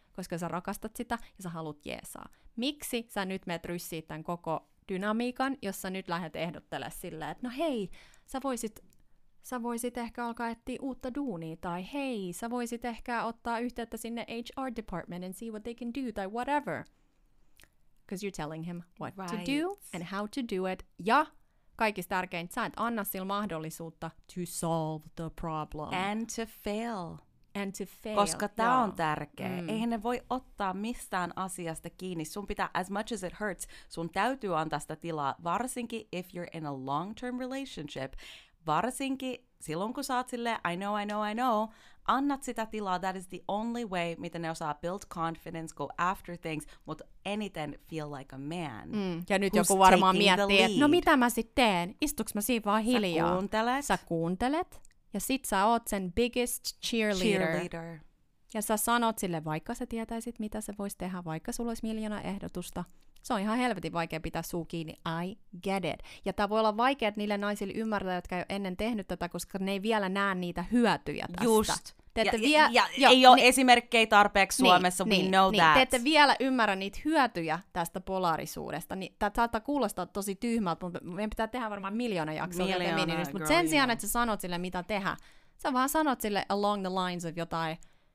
koska sä rakastat sitä ja sä haluat jeesaa. Miksi sä nyt meet ryssiin tämän koko dynamiikan, jos sä nyt lähdet ehdottelemaan silleen, että no hei, sä voisit, sä voisit ehkä alkaa etsiä uutta duunia, tai hei, sä voisit ehkä ottaa yhteyttä sinne H R department and see what they can do, tai whatever. Because you're telling him what right. to do and how to do it. Ja kaikista tärkeintä, sä et anna sillä mahdollisuutta to solve the problem. And to fail. And to fail. Koska tää Joo. on tärkeä. Mm. Eihän ne voi ottaa mistään asiasta kiinni. Sun pitää, as much as it hurts, sun täytyy antaa sitä tilaa, varsinkin if you're in a long-term relationship, varsinkin silloin kun sä oot silleen, I know, I know, I know, annat sitä tilaa, that is the only way, miten ne osaa build confidence, go after things, mutta eniten feel like a man. Mm. Ja nyt who's joku varmaan taking the miettii, että no lead. mitä mä sit teen? Istuks mä siinä vaan hiljaa? Sä kuuntelet. Sä kuuntelet, ja sit sä oot sen biggest cheerleader. Cheerleader. Ja sä sanot sille, vaikka sä tietäisit, mitä se voisi tehdä, vaikka sulla olisi miljoona ehdotusta. Se on ihan helvetin vaikea pitää suu kiinni. I get it. Ja tää voi olla vaikea niille naisille ymmärtää, jotka ei ole ennen tehnyt tätä, koska ne ei vielä näe niitä hyötyjä tästä. Just. Te ette ja, vie- ja, jo, ei ole niin- esimerkkejä tarpeeksi Niin, Suomessa, we niin, know niin. that. Te ette vielä ymmärrä niitä hyötyjä tästä polaarisuudesta. Niin, tämä saattaa kuulostaa tosi tyhmältä, mutta meidän pitää tehdä varmaan miljoona jaksoa tätä Miljoona, Feminististä. Mutta girl, sen sijaan, yeah. että sä sanot sille, mitä tehdä, sä vaan sanot sille along the lines of jotain,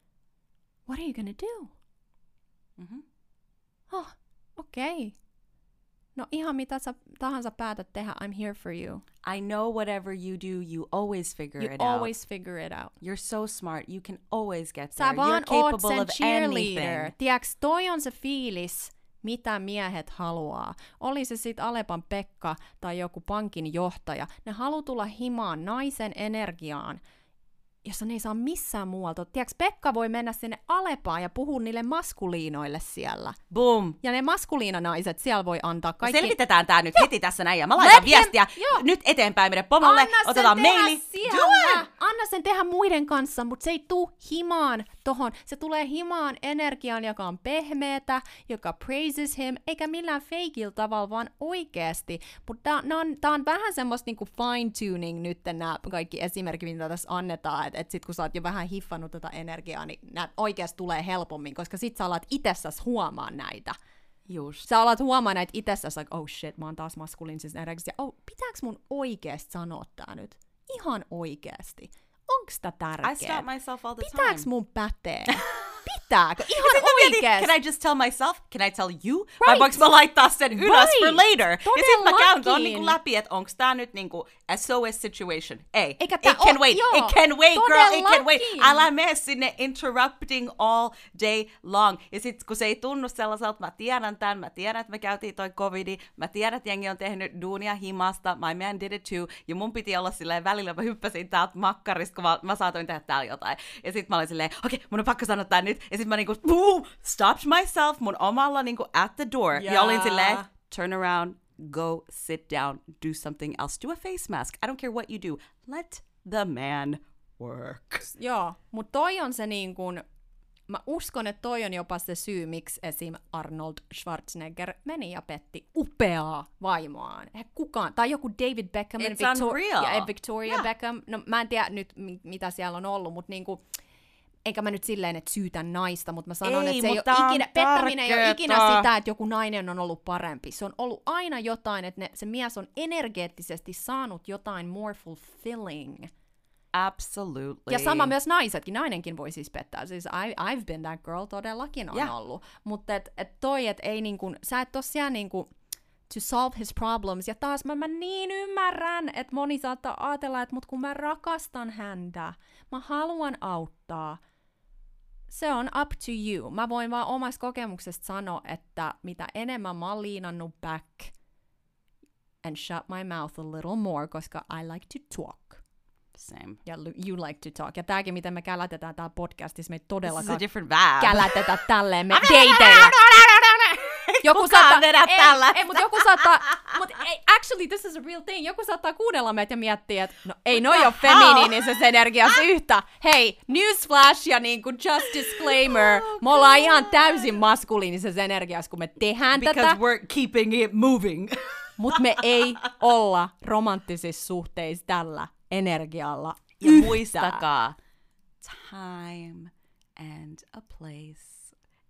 what are you gonna do? Mm-hmm. Oh, okei. Okay. No ihan mitä sä tahansa päätät tehdä, I'm here for you. I know whatever you do, you always figure You it always out. figure it out. You're so smart. You can always get Sä there. vaan You're oot capable sen of cheerleader. anything. Tiedätkö, toi on se fiilis, mitä miehet haluaa. Oli se sit Alepan Pekka tai joku pankin johtaja. Ne haluaa tulla himaan naisen energiaan, jossa ne ei saa missään muualta. Tiedätkö, Pekka voi mennä sinne Alepaan ja puhua niille maskuliinoille siellä. Boom. Ja ne maskuliinanaiset siellä voi antaa kaikki... Selvitetään tää nyt heti tässä näin, ja mä laitan Let him- viestiä joo. nyt eteenpäin meidän pomolle, Anna sen otetaan tehdä maili. siellä. Anna sen tehdä muiden kanssa, mutta se ei tuu himaan tohon. Se tulee himaan energiaan, joka on pehmeätä, joka praises him, eikä millään feikillä tavalla, vaan oikeasti. Mutta tää on, tää on vähän semmoista niinku fine-tuning nyt nämä kaikki esimerkit, mitä tässä annetaan, että et sit kun sä oot jo vähän hiffannut tätä energiaa, niin nämä oikeasti tulee helpommin, koska sit sä alat itsessäs huomaa näitä. Just. Sä alat huomaa näitä itsessäsi, like, oh shit, mä oon taas maskuliinisessa energiassa. Ja oh, pitääks mun oikeesti sanoa tää nyt? Ihan oikeesti. Onks tää tärkeä? I stop myself all the Pitääks time. mun pätee? Pitääkö? Ihan Sitten mä mietin, oikeesti. can I just tell myself? Can I tell you? Right. Vai voinko mä laittaa sen ylös Right. for later? Ja sit mä käyn ton Todellakin. niinku läpi, että onks tää nyt niinku S O S situation. Ei, Eikä it tää can oo- wait, joo. it can wait, girl, it can wait. Todellakin. Älä mene sinne interrupting all day long. Ja sit kun se ei tunnu sellaiselta, mä tiedän tän, mä tiedän, että me käytiin toi covidi, mä tiedän, että jengi on tehnyt duunia himasta, my man did it too, ja mun piti olla silleen välillä, mä hyppäsin täältä makkarista, kun mä, mä saatoin tehdä täällä jotain. Ja sit mä olin silleen, okei, okay, mun on pakko sanoa tää nyt. Ja sit mä niinku, boom, stopped myself mun omalla niinku at the door. Ja, ja olin silleen, turn around, go sit down, do something else, do a face mask. I don't care what you do. Let the man work. Joo, mutta toi on se niin kuin, mä uskon, että toi on jopa se syy, miksi esim. Arnold Schwarzenegger meni ja petti upeaa vaimoaan. Eihän kukaan, tai joku David Beckham ja, It's unreal. ja Victoria Yeah. Beckham, no mä en tiedä nyt mi- mitä siellä on ollut, mutta niinku, eikä mä nyt silleen, että syytän naista, mutta mä sanon, Ei, että se ei mutta ole on ikinä, pettäminen ei ole ikinä tärkeetä. sitä, että joku nainen on ollut parempi. Se on ollut aina jotain, että ne, se mies on energeettisesti saanut jotain more fulfilling. Absolutely. Ja sama myös naisetkin, nainenkin voi siis pettää. Siis I, I've been that girl, todellakin on Yeah. ollut. Mutta et, et toi, että ei niinku, sä et tosiaan niinku to solve his problems. Ja taas mä, mä niin ymmärrän, että moni saattaa ajatella, että mut kun mä rakastan häntä, mä haluan auttaa. Se on up to you. Mä voin vaan omasta kokemuksesta sanoa, että mitä enemmän mä oon liinannut back and shut my mouth a little more, koska I like to talk. Same. Ja you like to talk. Ja tääkin, miten me kälätetään tää podcastissa, me ei This is todellakaan a different vibe. kälätetä tälleen me dateilla. Joku Kukaan saattaa, vedä ei, tällaista. ei, mutta joku saattaa, mutta ei, actually this is a real thing. Joku saattaa kuunnella meitä ja miettiä, että no ei noi ole feminiinisessä energiassa yhtä. Hei, newsflash ja niinku just disclaimer, me ollaan ihan täysin maskuliinisessa energiassa, kun me tehdään Because tätä. we're keeping it moving. Mutta me ei olla romanttisissa suhteissa tällä energialla Ja yhtään. muistakaa, time and a place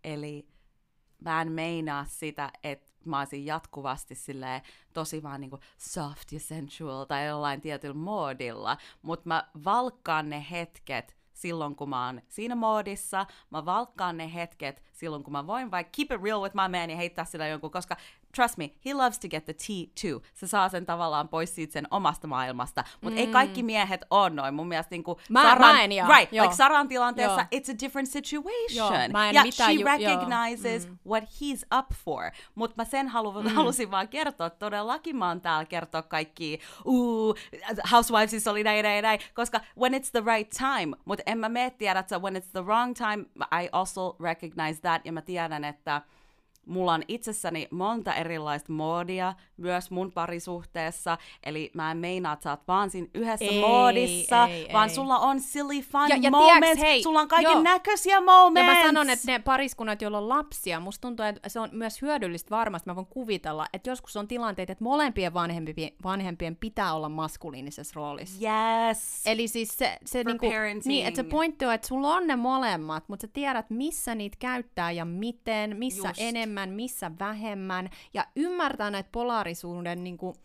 eli mä en meinaa sitä, että mä olisin jatkuvasti silleen tosi vaan niinku soft ja sensual tai jollain tietyllä moodilla, mutta mä valkkaan ne hetket silloin, kun mä oon siinä moodissa, mä valkkaan ne hetket silloin, kun mä voin vaikka keep it real with my man ja heittää sillä jonkun, koska trust me, he loves to get the tea too. Se saa sen tavallaan pois siitä sen omasta maailmasta, mutta mm. ei kaikki miehet ole noin. Mun mielestä niinku mä, Saran, mä en, joo. right, joo. like Saran tilanteessa, joo. it's a different situation. Joo, mä en ja mitään she ju- recognizes mm. what he's up for. Mutta mä sen halu- mm. halusin vaan kertoa, että todellakin mä oon täällä kertoa kaikki, uu, Housewivesissa oli näin, näin, näin, koska when it's the right time, mutta en mä mene tiedä, että when it's the wrong time, I also recognize that, ja mä tiedän, että mulla on itsessäni monta erilaista moodia myös mun parisuhteessa, eli mä en meinaa, että sä oot vaan siinä yhdessä ei, moodissa, ei, vaan ei. sulla on silly fun ja, ja moments, tiiäks, hei, sulla on kaiken joo. näköisiä moments. Ja mä sanon, että ne pariskunnat, joilla on lapsia, musta tuntuu, että se on myös hyödyllistä varmasti, mä voin kuvitella, että joskus on tilanteita, että molempien vanhempien, vanhempien pitää olla maskuliinisessa roolissa. Yes. Eli siis se, se niinku, niin, että se pointti on, että sulla on ne molemmat, mutta sä tiedät, missä niitä käyttää ja miten, missä Just. enemmän, missä vähemmän, ja ymmärtää näitä polaarisuuden niinku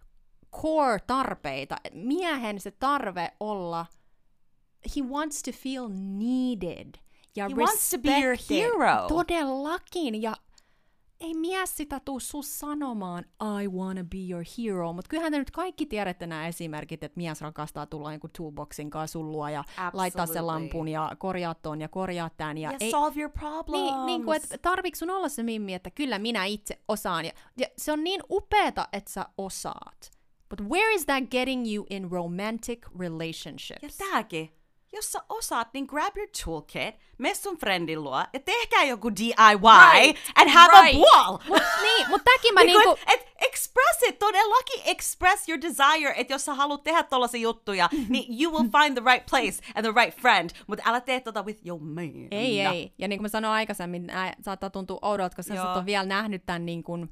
core-tarpeita. Miehen se tarve olla, he wants to feel needed ja He respected. wants to be your hero. Todellakin, ja ei mies sitä tuu sus sanomaan, I wanna be your hero, mutta kyllähän te nyt kaikki tiedätte nämä esimerkit, että mies rakastaa tulla jonkun toolboxin kanssa sullua ja Absolutely. laittaa sen lampun ja korjaa ton ja korjaa tän. Ja yeah, ei, solve your problems. niin, niin kuin, että tarviiko sun olla se mimmi, että kyllä minä itse osaan. Ja, ja se on niin upeeta, että sä osaat. But where is that getting you in romantic relationships? Ja tääkin. Jos sä osaat, niin grab your toolkit, mene sun friendin luo ja tehkää joku D I Y Right, and have right. a ball. Mut, niin, mutta tämäkin mä Niinku, niinku... et, et express it, todellakin express your desire, että jos sä haluat tehdä tollasia juttuja, niin you will find the right place and the right friend, mutta älä tee tota with your man. Ei, ei. Ja niin kuin mä sanoin aikaisemmin, nää saattaa tuntua oudolta, koska sä et ole vielä nähnyt tämän niin kuin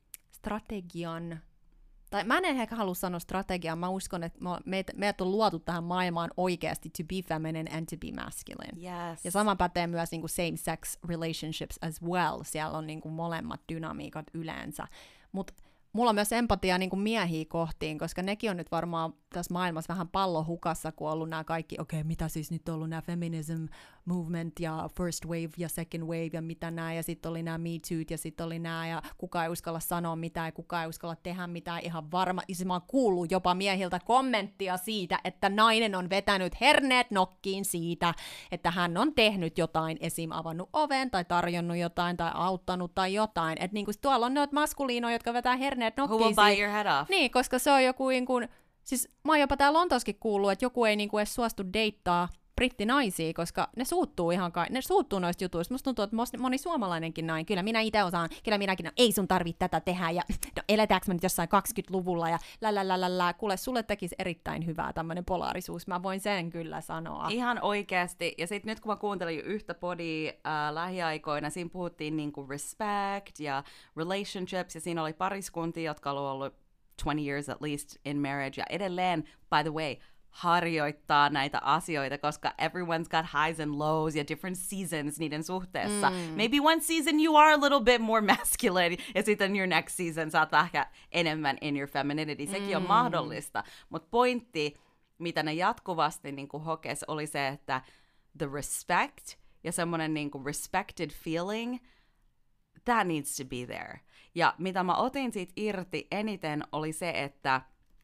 strategian. Tai mä en ehkä halua sanoa strategiaa, mä uskon, että meitä, meidät on luotu tähän maailmaan oikeasti to be feminine and to be masculine. Yes. Ja sama pätee myös niin kuin same-sex relationships as well. Siellä on niin kuin molemmat dynamiikat yleensä. Mutta mulla on myös empatiaa niin kuin miehiä kohtiin, koska nekin on nyt varmaan tässä maailmassa vähän pallo hukassa, kun on ollut nämä kaikki, okei, okay, mitä siis nyt on ollut nämä feminism movement ja first wave ja second wave ja mitä nämä, ja sitten oli nämä Me Too't ja sitten oli nämä, ja kukaan ei uskalla sanoa mitään ja kukaan ei uskalla tehdä mitään ihan varma. Ja mä oon kuullut jopa miehiltä kommenttia siitä, että nainen on vetänyt herneet nokkiin siitä, että hän on tehnyt jotain, esim. Avannut oven tai tarjonnut jotain tai auttanut tai jotain. Että niinku tuolla on noita maskuliinoja, jotka vetää herneet nokkiin. Who will bite your head off? Niin, koska se on joku niin kuin, siis mä oon jopa täällä Lontoossakin kuullut, että joku ei niin kuin edes suostu deittaa brittinaisia, koska ne suuttuu ihan ka- ne suuttuu noista jutuista. Musta tuntuu, että moni suomalainenkin näin. Kyllä minä itse osaan, kyllä minäkin, no, ei sun tarvitse tätä tehdä, ja no, eletäänkö me nyt jossain kaksikymmentäluvulla, ja lälälälälä. Kuule, sulle tekisi erittäin hyvää tämmöinen polaarisuus. Mä voin sen kyllä sanoa. Ihan oikeasti. Ja sitten nyt kun mä kuuntelin yhtä podia äh, lähiaikoina, siinä puhuttiin niinku respect ja relationships, ja siinä oli pariskuntia, jotka oli ollut twenty years at least in marriage, ja edelleen, by the way, harjoittaa näitä asioita, koska everyone's got highs and lows ja different seasons niiden suhteessa. Mm. Maybe one season you are a little bit more masculine, ja sitten your next season sä oot ehkä enemmän in your femininity. Sekin mm. on mahdollista. Mutta pointti, mitä ne jatkuvasti niin kuin hokes, oli se, että the respect ja semmoinen niin kuin respected feeling, that needs to be there. Ja mitä mä otin siitä irti eniten oli se, että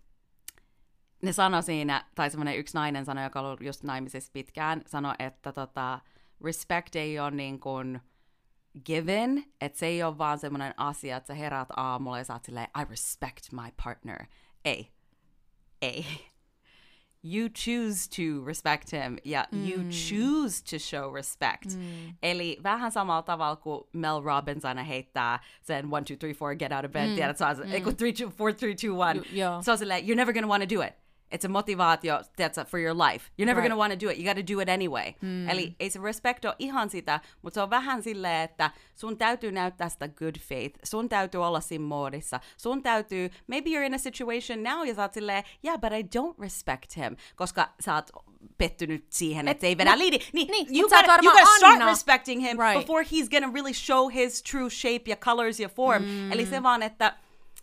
ne sanoi siinä, tai semmoinen yksi nainen sanoi, joka on ollut just naimisissa pitkään, sanoi, että tota, respect ei ole niin kuin given, että se ei ole vaan semmoinen asia, että sä heräät aamulla ja sä oot silleen, I respect my partner. Ei. Ei. You choose to respect him, ja mm. you choose to show respect. Mm. Eli vähän samalla tavalla kuin Mel Robbins aina heittää sen one, two, three, four, get out of bed, mm. tiedät, se on mm. three, two, four, three, two, one. Se on silleen, you're never gonna want to do it. It's a motivaatio, tiedätkö, for your life. You're never right. gonna want to do it. You gotta do it anyway. Mm. Eli ei se respect ole ihan sitä, mutta se on vähän silleen, että sun täytyy näyttää sitä good faith. Sun täytyy olla siinä moodissa. Sun täytyy, maybe you're in a situation now ja sä oot silleen, yeah, but I don't respect him. Koska sä oot pettynyt siihen, että se ei vedä liidi. Niin, niin, you mut sä et gotta, you varmaan gotta start anna. respecting him Right. before he's gonna really show his true shape ja colors ja form. Mm. Eli se vaan, että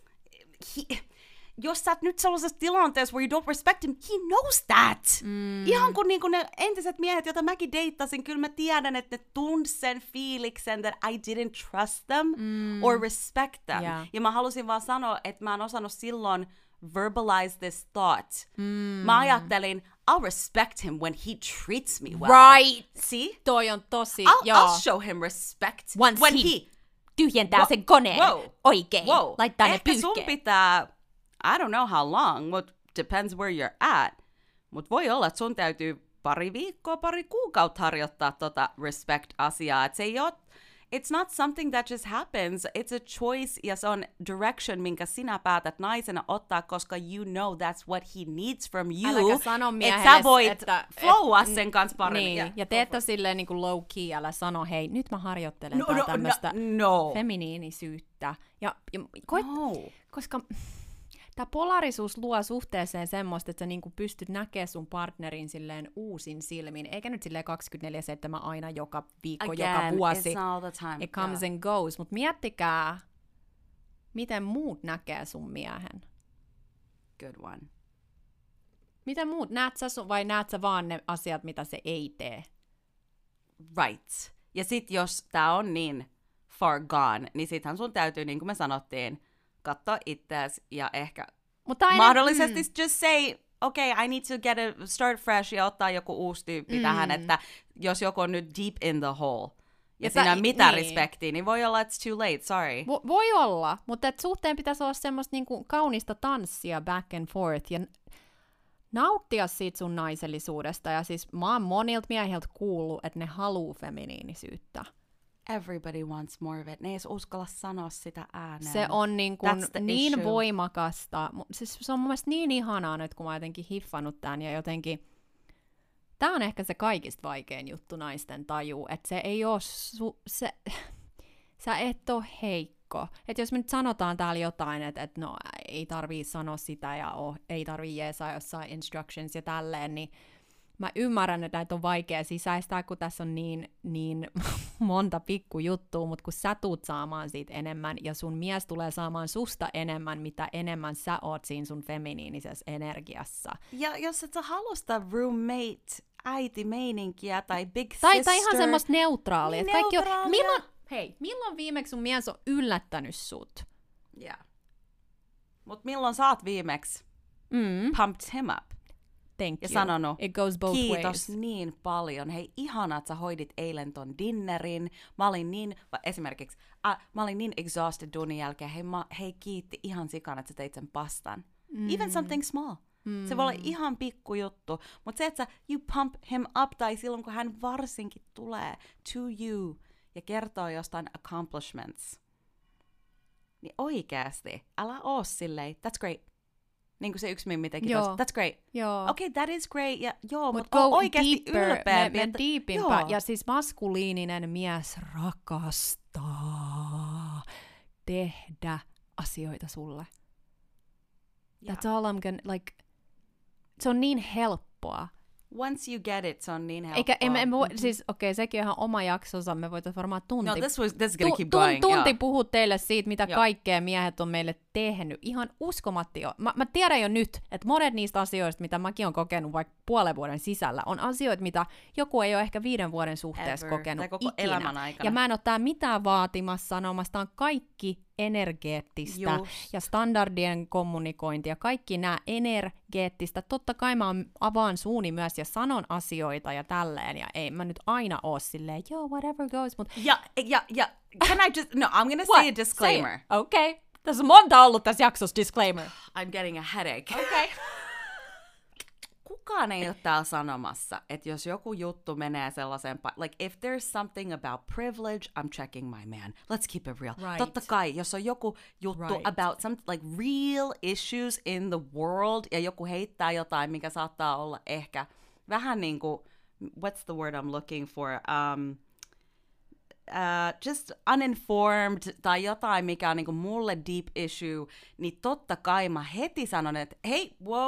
he, jos sä oot nyt sellaisessa tilanteessa where you don't respect him, he knows that. Mm. Ihan kuin, niin kuin ne entiset miehet, joita mäkin deittasin, kyllä mä tiedän, että ne tunsi sen fiiliksen that I didn't trust them mm. or respect them. Yeah. Ja mä halusin vaan sanoa, että mä en osannut silloin verbalize this thought. Mm. Mä ajattelin, I'll respect him when he treats me well. Right! See? Toi on tosi, I'll, joo. I'll show him respect Once when he he tyhjentää Whoa, sen koneen whoa, oikein, whoa. laittaa ne Ehkä sun pyyhkeen. pitää, I don't know how long, but depends where you're at. Mut voi olla, että sun täytyy pari viikkoa, pari kuukautta harjoittaa tota respect-asiaa. Et se ei oo, it's not something that just happens. It's a choice ja se on direction, minkä sinä päätät naisena ottaa, koska you know that's what he needs from you. Äläkä sano miehelle, että sä voit että flowaa et, sen kanssa paremmin. Niin, Yeah, ja tee että silleen niin kuin low key, älä sano, hei, nyt mä harjoittelen No, tää no, tämmöstä no, no. feminiinisyyttä. Ja, ja koet, No. koska tämä polarisuus luo suhteeseen semmoista, että sä niinku pystyt näkemään sun partnerin silleen uusin silmin, eikä nyt silleen kaksikymmentäneljä seitsemän aina joka viikko, Again, joka vuosi. it's all the time. It comes Yeah. and goes, mutta miettikää, miten muut näkee sun miehen. Good one. Miten muut? Näet sä sun, vai näet sä vaan ne asiat, mitä se ei tee? Right. Ja sit jos tää on niin far gone, niin sittenhän sun täytyy, niin kuin me sanottiin, katsoa itseäsi ja ehkä Mutta aina, mahdollisesti mm. just say, okay, I need to get a start fresh ja ottaa joku uusi tyyppi mm. tähän, että jos joku on nyt deep in the hole ja Että- siinä on mitään niin. respektiä, niin voi olla, it's too late, sorry. Vo- voi olla, mutta et suhteen pitäisi olla semmoista niinku kaunista tanssia back and forth ja n- nauttia siitä sun naisellisuudesta. Ja siis mä oon monilta miehiltä kuullut, että ne haluu feminiinisyyttä. Everybody wants more of it. Ne ei edes uskalla sanoa sitä ääneen. Se on niin, kun That's the niin issue. voimakasta. Mu- Siis se on mun mielestä niin ihanaa nyt, kun mä oon jotenkin hiffannut tämän ja jotenkin... Tää on ehkä se kaikista vaikein juttu naisten tajuu, että se ei oo su... Se... Sä et oo heikko. Että jos me nyt sanotaan täällä jotain, että et no ei tarvii sanoa sitä ja oh, ei tarvii jeesaa jossain instructions ja tälleen, niin mä ymmärrän, että näitä on vaikea sisäistää, kun tässä on niin, niin monta pikkujuttua, mutta kun sä tuut saamaan siitä enemmän ja sun mies tulee saamaan susta enemmän, mitä enemmän sä oot siinä sun feminiinisessä energiassa. Ja jos et sä halua sitä roommate, äiti-meininkiä tai big Tai, sister. tai ihan semmoista neutraalia. Niin Että kaikki on, neutraalia. milloin, hei, milloin viimeksi sun mies on yllättänyt sut? Yeah. Mut milloin sä oot viimeksi Mm, pumped him up thank ja you. sanonut, It goes both kiitos ways. niin paljon. Hei, ihanaa, että sä hoidit eilen ton dinnerin. Mä olin niin, va- esimerkiksi, äh, mä olin niin exhausted duunin jälkeen. Hei, mä, hei kiitti ihan sikana, että sä teit sen pastan. Mm. Even something small. Mm. Se voi olla ihan pikku juttu. Mutta se, että sä you pump him up, tai silloin kun hän varsinkin tulee to you ja kertoo jostain accomplishments, niin oikeasti, älä oo silleen, that's great. Niin kuin se yksi mimmi teki Joo. tossa, that's great. Joo. Okay, that is great. Ja, joo, Mut mutta go on oikeasti deeper, ylpeämpi. me, me että- deepimpää. joo. Ja siis maskuliininen mies rakastaa tehdä asioita sulle. Yeah. That's all I'm gonna, like, se on niin helppoa. Once you get it, se on niin helppoa. Eikä, emme, emme voi, siis okei, okay, sekin on ihan oma jaksonsa, me voitaisiin varmaan tunti, No, this was this is gonna tu- keep tun- going. tunti yeah. puhua teille siitä, mitä Joo. kaikkea miehet on meille tehnyt. Ihan uskomattia. Mä, mä tiedän jo nyt, että monet niistä asioista, mitä mäkin olen kokenut vaikka puolen vuoden sisällä, on asioita, mitä joku ei ole ehkä viiden vuoden suhteessa Ever. kokenut Tai koko ikinä. elämän aikana. Ja mä en ole tää mitään vaatimassa sanomassa, tää on kaikki energeettistä Just. ja standardien kommunikointia, kaikki nämä energeettistä. Totta kai mä avaan suuni myös ja sanon asioita ja tälleen, ja ei mä nyt aina oo silleen, joo, whatever goes, mutta Ja, ja, ja, can I just, no, I'm gonna What? say a disclaimer. Say it. Okei. Okay. Tässä on monta ollut tässä jaksossa disclaimer. I'm getting a headache. Okei. Okay. Kukaan ei ole täällä sanomassa, että jos joku juttu menee sellaiseen, pa- like if there's something about privilege, I'm checking my man. Let's keep it real. Right. Totta kai, jos on joku juttu Right. about some like real issues in the world, ja joku heittää jotain, mikä saattaa olla ehkä vähän niin kuin, what's the word I'm looking for? Um, Uh, just uninformed tai jotain, mikä on niinku mulle deep issue, niin totta kai mä heti sanon, että hei, wow,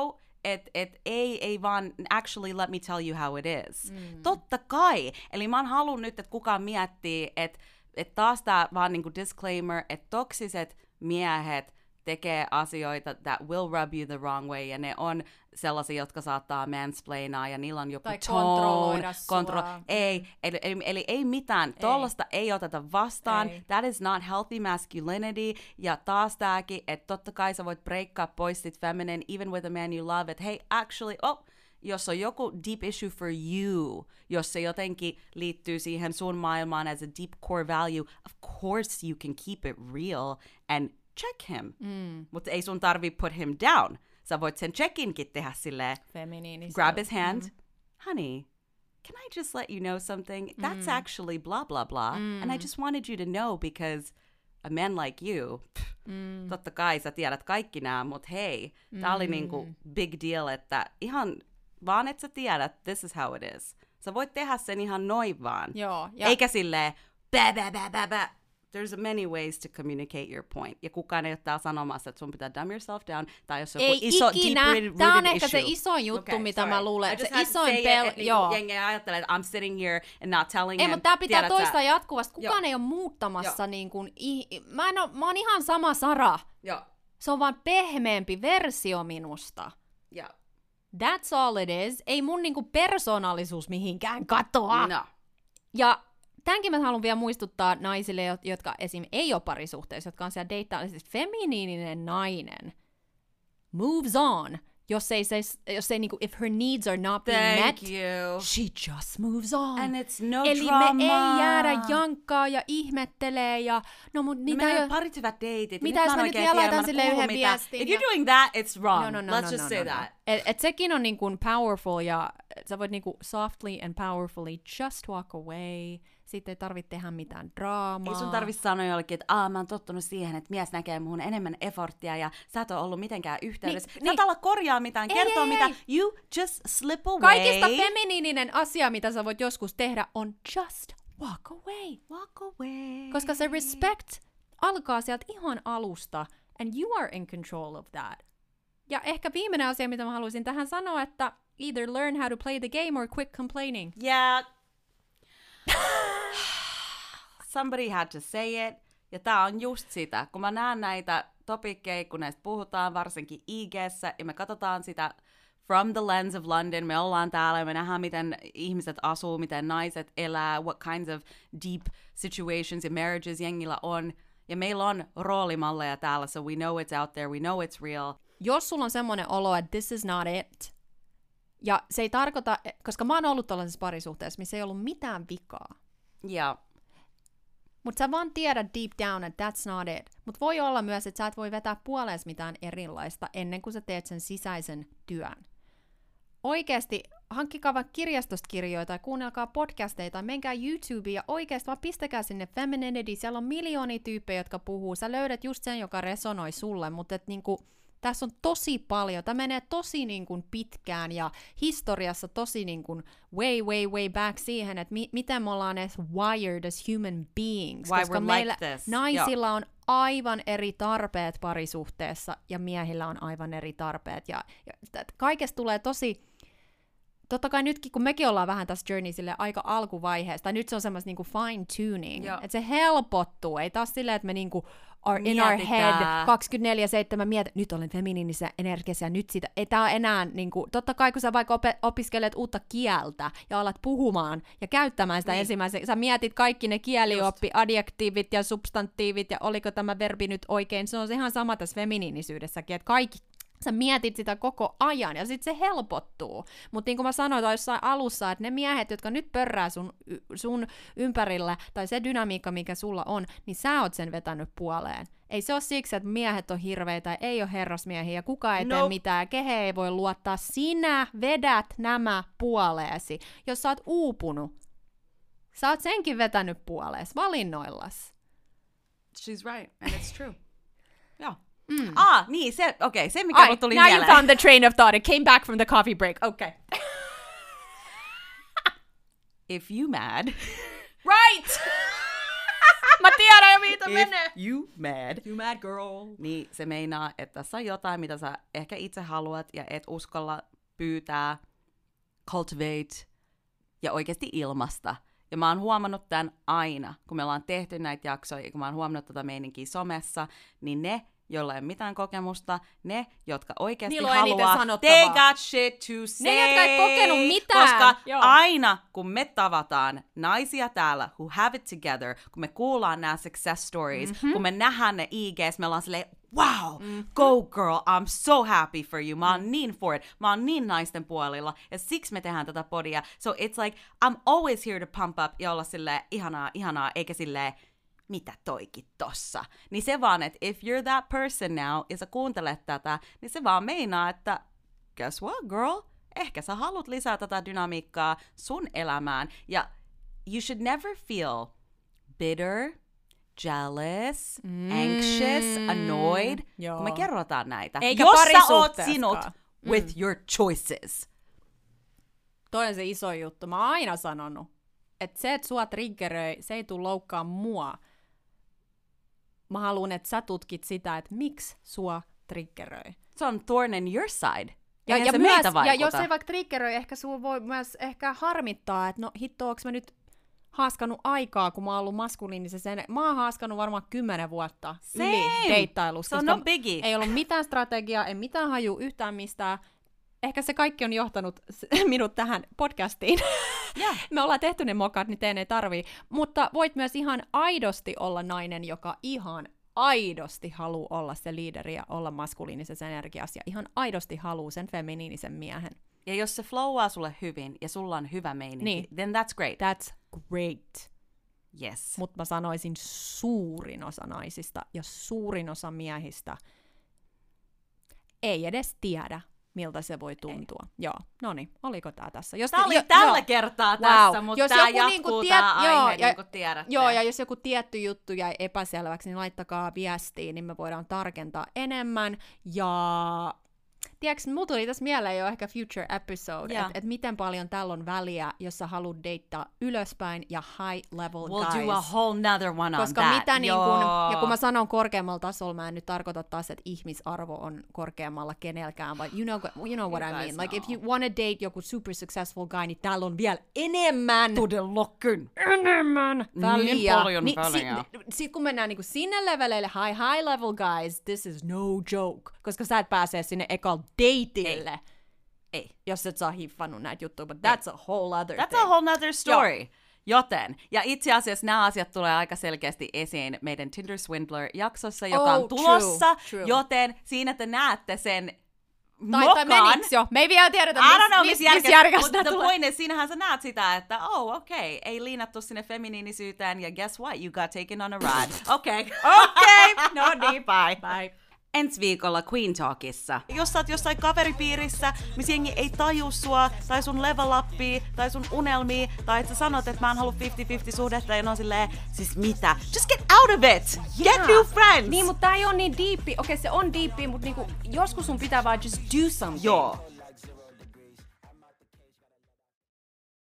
että et ei, ei vaan actually let me tell you how it is. Mm. Totta kai. Eli mä oon halunnut nyt, että kukaan miettii, että et taas tää vaan niinku disclaimer, että toksiset miehet tekee asioita that will rub you the wrong way, ja ne on sellaisia, jotka saattaa mansplainaa, ja niillä on joku tai tone, kontrolloida sua. Kontro- ei, eli, eli, eli ei mitään, tollasta ei oteta vastaan, ei. That is not healthy masculinity, ja taas tääkin, että totta kai sä voit breakkaa pois sit feminine, even with a man you love, että hey, actually, oh, jos on joku deep issue for you, jos se jotenkin liittyy siihen sun maailmaan as a deep core value, of course you can keep it real and check him. Mm. Mutta ei sun tarvii put him down. Sä voit sen checkinkin tehdä silleen, grab his hand, mm. honey, can I just let you know something? That's mm. actually blah, blah, blah. Mm. And I just wanted you to know because a man like you, pff, mm. totta kai sä tiedät kaikki nämä, mutta hei, mm. tää oli niinku big deal, että ihan vaan et sä tiedät, this is how it is. Sä voit tehdä sen ihan noin vaan. Joo, ja eikä silleen, bä, bä, bä, bä, bä. There's many ways to communicate your point. Ja kukaan ei ole täällä sanomassa, että sun pitää dumb yourself down, tai jos on ei joku iso, ikinä. deep rooted Tämä on issue. ehkä se isoin juttu, okay, mitä sorry. mä luulen. I just se isoin pel... It, joo. Jengi ajattelee, että I'm sitting here and not telling ei, him. mutta tää pitää Tiedät toistaa sä? jatkuvasti. Kukaan Joo. ei ole muuttamassa niin kuin... Mä, en oo, mä oon ihan sama Sara. Joo. Se on vaan pehmeämpi versio minusta. Joo. That's all it is. Ei mun niinku persoonallisuus mihinkään katoa. No. Ja tämänkin mä haluan vielä muistuttaa naisille, jotka esim. Ei ole parisuhteessa, jotka on siellä deittailla, siis feminiininen nainen moves on, jos ei, se, jos ei niinku, if her needs are not being Thank met, you. she just moves on. And it's no Eli drama. me ei jäädä jankkaa ja ihmettelee ja no mut No, niitä meillä ei on parit hyvät deitit. mitä jos mä nyt vielä laitan sille yhden viestin? If you're doing that, it's wrong. No, no, no, Let's no, just no, say no, that. No. Et, et sekin on niin kuin powerful ja sä voit niin kuin softly and powerfully just walk away. Sitten ei tarvitse tehdä mitään draamaa. Ei sun tarvitse sanoa jollekin, että Aa, mä oon tottunut siihen, että mies näkee muhun enemmän efforttia ja sä et ole ollut mitenkään yhteydessä. Ni, sä ni, et olla korjaa mitään, ei, kertoa ei, mitään. ei. You just slip away. Kaikista feminiininen asia, mitä sä voit joskus tehdä, on just walk away. Walk away. Koska se respect alkaa sieltä ihan alusta, and you are in control of that. Ja ehkä viimeinen asia, mitä mä haluaisin tähän sanoa, että either learn how to play the game or quit complaining. Yeah. Somebody had to say it. Ja tää on just sitä, kun mä näen näitä topikkeja, kun näistä puhutaan, varsinkin I G:ssä, ja me katsotaan sitä from the lens of London, me ollaan täällä ja me nähdään, miten ihmiset asuu, miten naiset elää, what kinds of deep situations ja marriages jengillä on. Ja meillä on roolimalleja täällä, so we know it's out there, we know it's real. Jos sulla on semmoinen olo, että this is not it, ja se ei tarkoita, koska mä oon ollut tällaisessa parisuhteessa, missä ei ollut mitään vikaa. Ja Mutta sä vaan tiedät deep down, että that's not it. Mutta voi olla myös, että sä et voi vetää puoleesi mitään erilaista ennen kuin sä teet sen sisäisen työn. Oikeasti hankkikaa vaikka kirjastosta kirjoja tai kuunnelkaa podcasteja tai menkää YouTubeen ja oikeasti vaan pistäkää sinne femininity. Siellä on miljoonia tyyppejä, jotka puhuu. Sä löydät just sen, joka resonoi sulle, mutta et niinku, tässä on tosi paljon. Tämä menee tosi niin kuin pitkään ja historiassa tosi niin kuin way, way, way back siihen, että mi- miten me ollaan edes wired as human beings. Why koska we're meillä like this. naisilla on aivan eri tarpeet parisuhteessa ja miehillä on aivan eri tarpeet. Ja, ja kaikesta tulee tosi... Totta kai nytkin, kun mekin ollaan vähän tässä journey sille aika alkuvaiheessa, tai nyt se on semmoista niinku fine tuning, että se helpottuu. Ei taas silleen, että me niinku are in Mietitään. our head kaksikymmentäneljä seitsemän miet, nyt olen feminiinisessä energiassa ja nyt sitä, ei tää ole enää niinku, totta kai kun sä vaikka op- opiskelet uutta kieltä ja alat puhumaan ja käyttämään sitä niin. ensimmäisen, sä mietit kaikki ne kielioppi, adjektiivit ja substantiivit ja oliko tämä verbi nyt oikein, se on ihan sama tässä feminiinisyydessäkin, että kaikki sä mietit sitä koko ajan, ja sitten se helpottuu. Mutta niin kuin mä sanoin jossain alussa, että ne miehet, jotka nyt pörrää sun, sun ympärillä, tai se dynamiikka, mikä sulla on, niin sä oot sen vetänyt puoleen. Ei se ole siksi, että miehet on hirveitä, ei ole herrasmiehiä, ja kukaan ei nope. tee mitään, kehen ei voi luottaa. Sinä vedät nämä puoleesi. Jos sä oot uupunut, sä oot senkin vetänyt puoleesi valinnoillas. She's right, and it's true. Joo. Mm. Ah, niin, se, okei, okay, se mikä mulle tuli now mieleen. you found the train of thought. It came back from the coffee break. Okay. If you mad. Right! Mä tiedän jo, mitä If menee. you mad. You mad girl. Niin se meinaa, että tässä on jotain, mitä sä ehkä itse haluat ja et uskalla pyytää, cultivate ja oikeasti ilmasta. Ja mä oon huomannut tämän aina, kun me ollaan tehty näitä jaksoja, kun mä oon huomannut tätä meininkiä somessa, niin ne, joilla ei ole mitään kokemusta, ne, jotka oikeasti Niillä on eniten haluaa, sanottavaa. they got shit to say. Ne, jotka ei kokenut mitään. Koska Joo. aina, kun me tavataan naisia täällä, who have it together, kun me kuullaan nämä success stories, mm-hmm. kun me nähdään ne I Gs, me ollaan silleen, wow, mm-hmm. go girl, I'm so happy for you. Mä oon mm-hmm. niin for it. Mä oon niin naisten puolilla. Ja siksi me tehdään tätä podia. So it's like, I'm always here to pump up ja olla silleen, ihanaa, ihanaa, eikä silleen, mitä toikin tossa. Niin se vaan, että if you're that person now, ja sä kuuntelet tätä, niin se vaan meinaa, että guess what, girl? Ehkä sä haluat lisää tätä dynamiikkaa sun elämään. Ja you should never feel bitter, jealous, mm. anxious, annoyed, Joo. kun me kerrotaan näitä. Eikä jos sä oot parisuhteessakaan. sinut Mm. with your choices. Toi on se iso juttu. Mä oon aina sanonut, että se, että sua triggeröi, se ei tule loukkaa mua. Mä haluan, että sä tutkit sitä, että miksi sua triggeröi. Se on thorn in your side. Ja, Eihän ja, se myös, meitä ja vaikuta. jos ei vaikka triggeröi, ehkä sua voi myös ehkä harmittaa, että no hitto, onks mä nyt haaskanut aikaa, kun mä oon ollut maskuliinisessa. Mä oon haaskanut varmaan kymmenen vuotta Same. yli deittailusta. Se on no biggie. Ei ollut mitään strategiaa, ei mitään haju yhtään mistään. Ehkä se kaikki on johtanut minut tähän podcastiin. Yeah. Me ollaan tehty ne mokat, niin teidän ei tarvii. Mutta voit myös ihan aidosti olla nainen, joka ihan aidosti haluaa olla se liideri ja olla maskuliinisessa energiassa. Ja ihan aidosti haluaa sen feminiinisen miehen. Ja jos se flowaa sulle hyvin ja sulla on hyvä meininki, Niin. then that's great. That's great. Yes. Mutta mä sanoisin suurin osa naisista ja suurin osa miehistä ei edes tiedä, miltä se voi tuntua. Ei. Joo, no niin, oliko tää tässä? Jos Tää oli jo, tällä joo. kertaa Wow. tässä, mutta Jos tää joku jatkuu niinku tiet- tää aihe, joo, niin ja- kuin tiedätte. Joo, ja jos joku tietty juttu jäi epäselväksi, niin laittakaa viestiä, niin me voidaan tarkentaa enemmän. Ja tiedätkö, mulla tuli tässä mieleen jo ehkä future episode, Yeah. että et miten paljon tällä on väliä, jos sä haluat deittaa ylöspäin ja high level We'll guys. do a whole nother one Koska on that. mitä niin Joo. kun, ja kun mä sanon korkeammalla tasolla, mä en nyt tarkoita taas, että ihmisarvo on korkeammalla kenelkään, but you know, you know what You I guys mean. Like if know. you wanna date joku super successful guy, niin täällä on vielä enemmän. Todellakin. enemmän väliä. Niin paljon Niin väliä. Sitten sit kun mennään niinku sinne leveleille, high, high level guys, this is no joke. Koska sä et pääse sinne ekalla dateille, Ei. jos et saa hiffannut näitä juttuja, but that's a whole other That's thing. a whole nother story. Joo. Joten, ja itse asiassa nämä asiat tulee aika selkeästi esiin meidän Tinder Swindler-jaksossa, joka Oh, on tulossa, true, true. joten siinä te näette sen Tai, tai mokan. meniks jo? Me ei vielä tiedetä, I don't know, miss, miss miss järkästä Mutta the tulee. point is, siinähän sä näet sitä, että oh, okei, okay, ei liinattu sinne feminiinisyyteen, ja guess what, you got taken on a ride. Okei. Okei, no niin, Bye. bye. Ensi viikolla Queen Talkissa. Jos sä oot jossain kaveripiirissä, missä jengi ei taju sua, tai sun level upia, tai sun unelmia, tai että sä sanot, että mä en halua viisikymmentä viisikymmentä suhdetta, ja ne on silleen, siis mitä? Just get out of it! Yeah. Get new friends! Niin, mutta tää ei oo niin deepi. Okei, se on deepi, mutta niinku, joskus sun pitää vaan just do something. Joo.